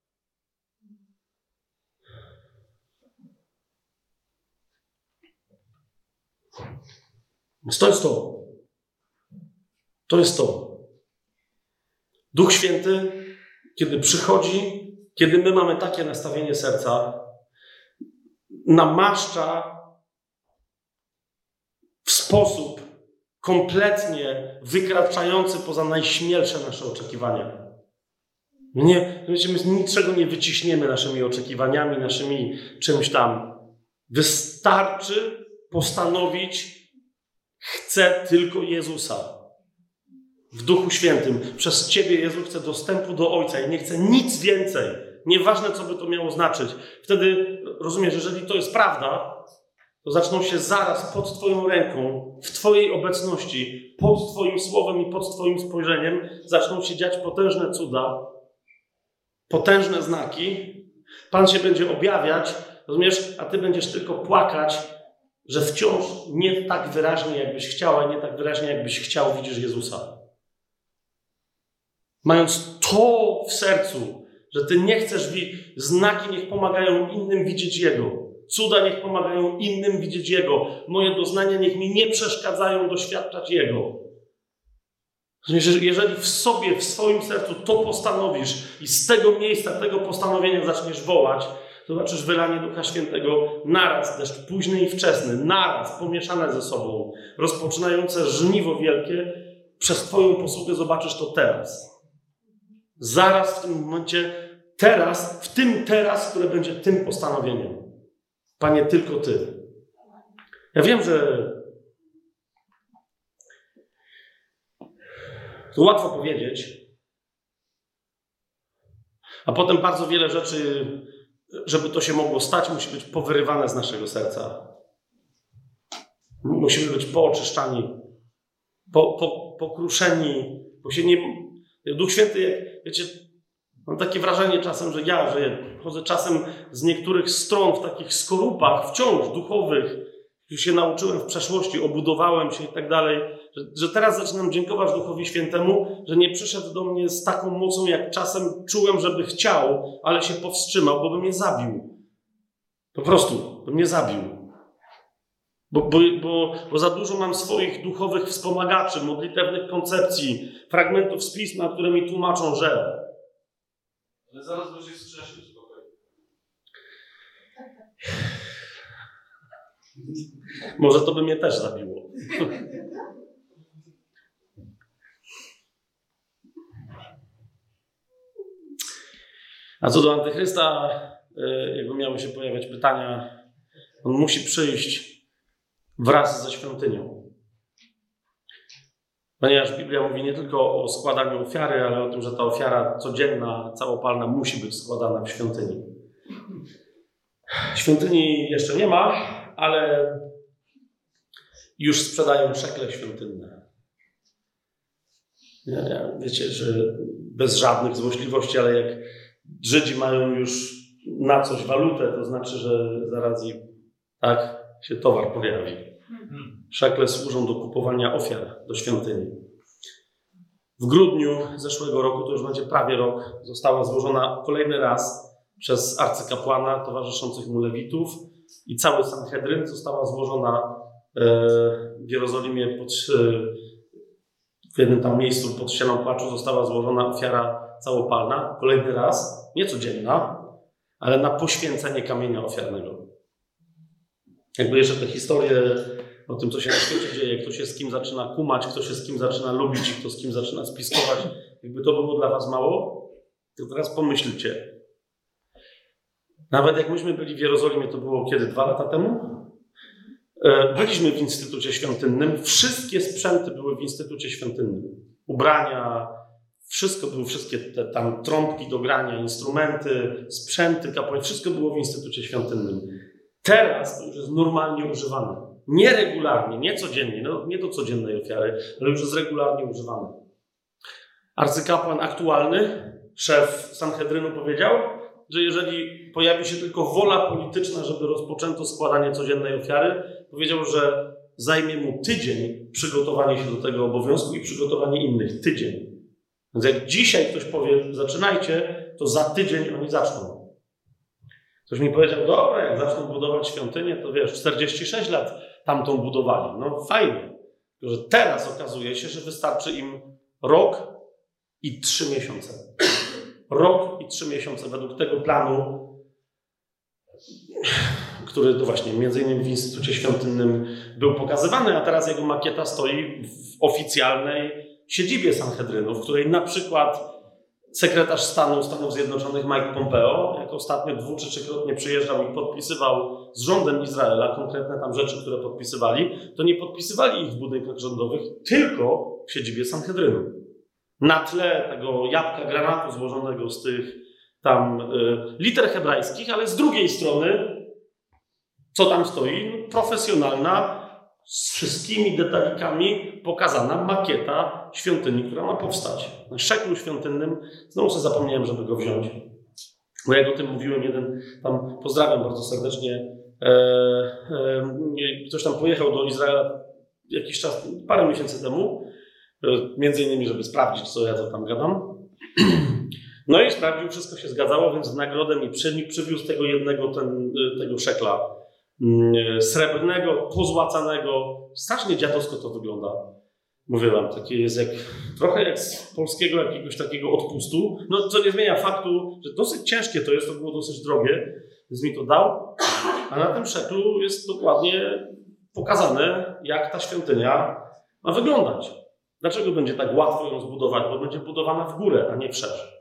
To jest to. To jest to. Duch Święty, kiedy przychodzi, kiedy my mamy takie nastawienie serca, namaszcza w sposób kompletnie wykraczający poza najśmielsze nasze oczekiwania. My niczego nie wyciśniemy naszymi oczekiwaniami, naszymi czymś tam. Wystarczy postanowić, chcę tylko Jezusa. W Duchu Świętym. Przez Ciebie, Jezu, chcę dostępu do Ojca i nie chcę nic więcej. Nieważne, co by to miało znaczyć. Wtedy, rozumiesz, jeżeli to jest prawda, to zaczną się zaraz pod Twoją ręką, w Twojej obecności, pod Twoim słowem i pod Twoim spojrzeniem zaczną się dziać potężne cuda, potężne znaki. Pan się będzie objawiać, rozumiesz, a Ty będziesz tylko płakać, że wciąż nie tak wyraźnie, jakbyś chciała, nie tak wyraźnie, jakbyś chciał, widzisz Jezusa. Mając to w sercu, że Ty nie chcesz znaki niech pomagają innym widzieć Jego. Cuda niech pomagają innym widzieć Jego. Moje doznania niech mi nie przeszkadzają doświadczać Jego. Jeżeli w sobie, w swoim sercu to postanowisz i z tego miejsca, tego postanowienia zaczniesz wołać, to zobaczysz wylanie Ducha Świętego naraz, deszcz późny i wczesny, naraz, pomieszane ze sobą, rozpoczynające żniwo wielkie. Przez Twoją posługę zobaczysz to teraz. Zaraz w tym momencie, teraz, w tym teraz, które będzie tym postanowieniem. Panie, tylko Ty. Ja wiem, że to łatwo powiedzieć, a potem bardzo wiele rzeczy, żeby to się mogło stać, musi być powyrywane z naszego serca. Musimy być pooczyszczani, pokruszeni, bo się nie... Duch Święty, jak wiecie, mam takie wrażenie czasem, że chodzę czasem z niektórych stron w takich skorupach wciąż duchowych, już się nauczyłem w przeszłości, obudowałem się i tak dalej, że teraz zaczynam dziękować Duchowi Świętemu, że nie przyszedł do mnie z taką mocą, jak czasem czułem, żeby chciał, ale się powstrzymał, bo by mnie zabił. Po prostu, by mnie zabił. Bo za dużo mam swoich duchowych wspomagaczy, modlitewnych koncepcji, fragmentów z Pisma, które mi tłumaczą, że... Ale zaraz będzie wskrzesił spokojnie. Może to by mnie też zabiło. A co do Antychrysta, jakby miały się pojawiać pytania, on musi przyjść wraz ze świątynią. Ponieważ Biblia mówi nie tylko o składaniu ofiary, ale o tym, że ta ofiara codzienna, całopalna musi być składana w świątyni. Świątyni jeszcze nie ma, ale już sprzedają szekle świątynne. Wiecie, że bez żadnych złośliwości, ale jak Żydzi mają już na coś walutę, to znaczy, że zaraz im się towar pojawi. Szekle służą do kupowania ofiar do świątyni. W grudniu zeszłego roku, to już będzie prawie rok, została złożona kolejny raz przez arcykapłana towarzyszących mu Lewitów i cały Sanhedryn została złożona w Jerozolimie w jednym tam miejscu pod ścianą płaczu została złożona ofiara całopalna. Kolejny raz, nie codzienna, ale na poświęcenie kamienia ofiarnego. Jakby jeszcze te historie o tym, co się na świecie dzieje, kto się z kim zaczyna kumać, kto się z kim zaczyna lubić i kto z kim zaczyna spiskować, jakby to było dla was mało, to teraz pomyślcie. Nawet jak myśmy byli w Jerozolimie, to było kiedy? 2 lata temu? Byliśmy w Instytucie Świątynnym. Wszystkie sprzęty były w Instytucie Świątynnym. Ubrania, wszystko było, wszystkie te tam trąbki do grania, instrumenty, sprzęty, kapłani, wszystko było w Instytucie Świątynnym. Teraz to już jest normalnie używane. Nie regularnie, nie codziennie, no nie do codziennej ofiary, ale już jest regularnie używane. Arcykapłan aktualny, szef Sanhedrynu powiedział, że jeżeli pojawi się tylko wola polityczna, żeby rozpoczęto składanie codziennej ofiary, powiedział, że zajmie mu tydzień przygotowanie się do tego obowiązku i przygotowanie innych. Tydzień. Więc jak dzisiaj ktoś powie, zaczynajcie, to za tydzień oni zaczną. Ktoś mi powiedział, dobra, jak zaczną budować świątynię, to wiesz, 46 lat tamtą budowali. No fajnie. Tylko że teraz okazuje się, że wystarczy im rok i 3 miesiące. Rok i 3 miesiące według tego planu, który to właśnie między innymi w Instytucie Świątynnym był pokazywany, a teraz jego makieta stoi w oficjalnej siedzibie Sanhedrynu, w której na przykład sekretarz stanu Stanów Zjednoczonych Mike Pompeo, jak ostatnio 2- czy 3-krotnie przyjeżdżał i podpisywał z rządem Izraela konkretne tam rzeczy, które podpisywali, to nie podpisywali ich w budynkach rządowych, tylko w siedzibie Sanhedrynu. Na tle tego jabłka granatu złożonego z tych tam liter hebrajskich, ale z drugiej strony Co tam stoi? No, profesjonalna, z wszystkimi detalikami pokazana makieta świątyni, która ma powstać. Na szeklu świątynnym, znowu sobie zapomniałem, żeby go wziąć. Bo jak o tym mówiłem, jeden tam, pozdrawiam bardzo serdecznie, ktoś tam pojechał do Izraela jakiś czas, parę miesięcy temu, między innymi, żeby sprawdzić, co ja to tam gadam. No i sprawdził, wszystko się zgadzało, więc w nagrodę mi przywiózł tego jednego tego szekla srebrnego, pozłacanego. Strasznie dziadowsko to wygląda. Mówię wam, takie jest trochę jak z polskiego jakiegoś takiego odpustu. No, co nie zmienia faktu, że dosyć ciężkie to jest, to było dosyć drogie, więc mi to dał. A na tym szeklu jest dokładnie pokazane, jak ta świątynia ma wyglądać. Dlaczego będzie tak łatwo ją zbudować? Bo będzie budowana w górę, a nie wszerz.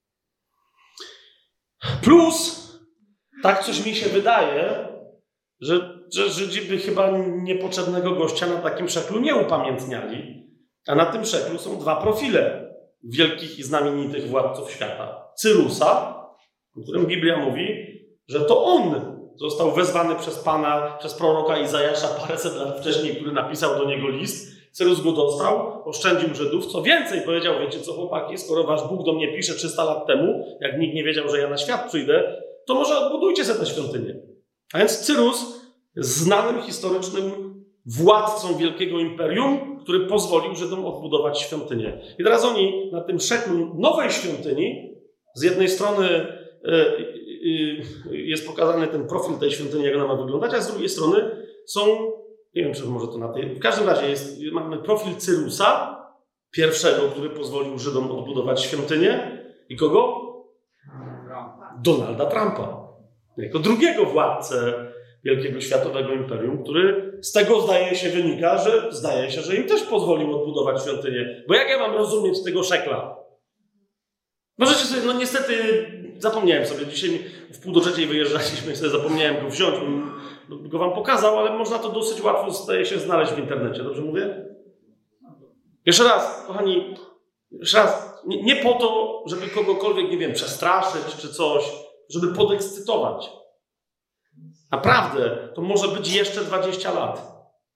Plus, tak coś mi się wydaje, że Żydzi by chyba niepotrzebnego gościa na takim szeklu nie upamiętniali, a na tym szeklu są dwa profile wielkich i znamienitych władców świata. Cyrusa, o którym Biblia mówi, że to on został wezwany przez Pana, przez proroka Izajasza paręset lat wcześniej, który napisał do niego list. Cyrus go dostał, oszczędził Żydów. Co więcej, powiedział, wiecie co chłopaki, skoro wasz Bóg do mnie pisze 300 lat temu, jak nikt nie wiedział, że ja na świat przyjdę, to może odbudujcie sobie tę świątynię. A więc Cyrus jest znanym historycznym władcą wielkiego imperium, który pozwolił Żydom odbudować świątynię. I teraz oni na tym szeklu nowej świątyni, z jednej strony jest pokazany ten profil tej świątyni, jak ona ma wyglądać, a z drugiej strony są, nie wiem, czy może to na tej, w każdym razie mamy profil Cyrusa, pierwszego, który pozwolił Żydom odbudować świątynię. I kogo? Donalda Trumpa. Jako drugiego władcę wielkiego światowego imperium, który z tego zdaje się, że im też pozwolił odbudować świątynię. Bo jak ja mam rozumieć tego szekla? Możecie sobie, no niestety zapomniałem sobie, dzisiaj w 2:30 wyjeżdżaliśmy i sobie zapomniałem go wziąć, bym go wam pokazał, ale można to dosyć łatwo staje się znaleźć w internecie, dobrze mówię? Jeszcze raz, kochani, nie po to, żeby kogokolwiek, nie wiem, przestraszyć czy coś, żeby podekscytować. Naprawdę, to może być jeszcze 20 lat.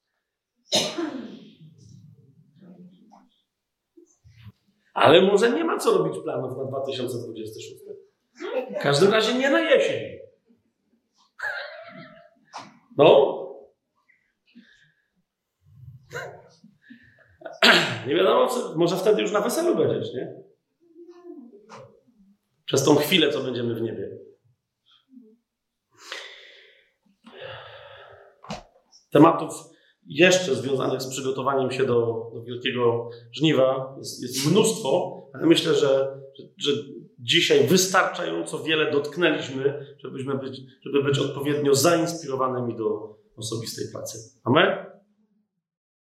Ale może nie ma co robić planów na 2026. W każdym razie nie na jesień. No. Nie wiadomo, może wtedy już na weselu będziesz, nie? Przez tą chwilę, co będziemy w niebie. Tematów jeszcze związanych z przygotowaniem się do wielkiego żniwa jest mnóstwo, ale myślę, że dzisiaj wystarczająco wiele dotknęliśmy, żeby być odpowiednio zainspirowanymi do osobistej pracy. Amen?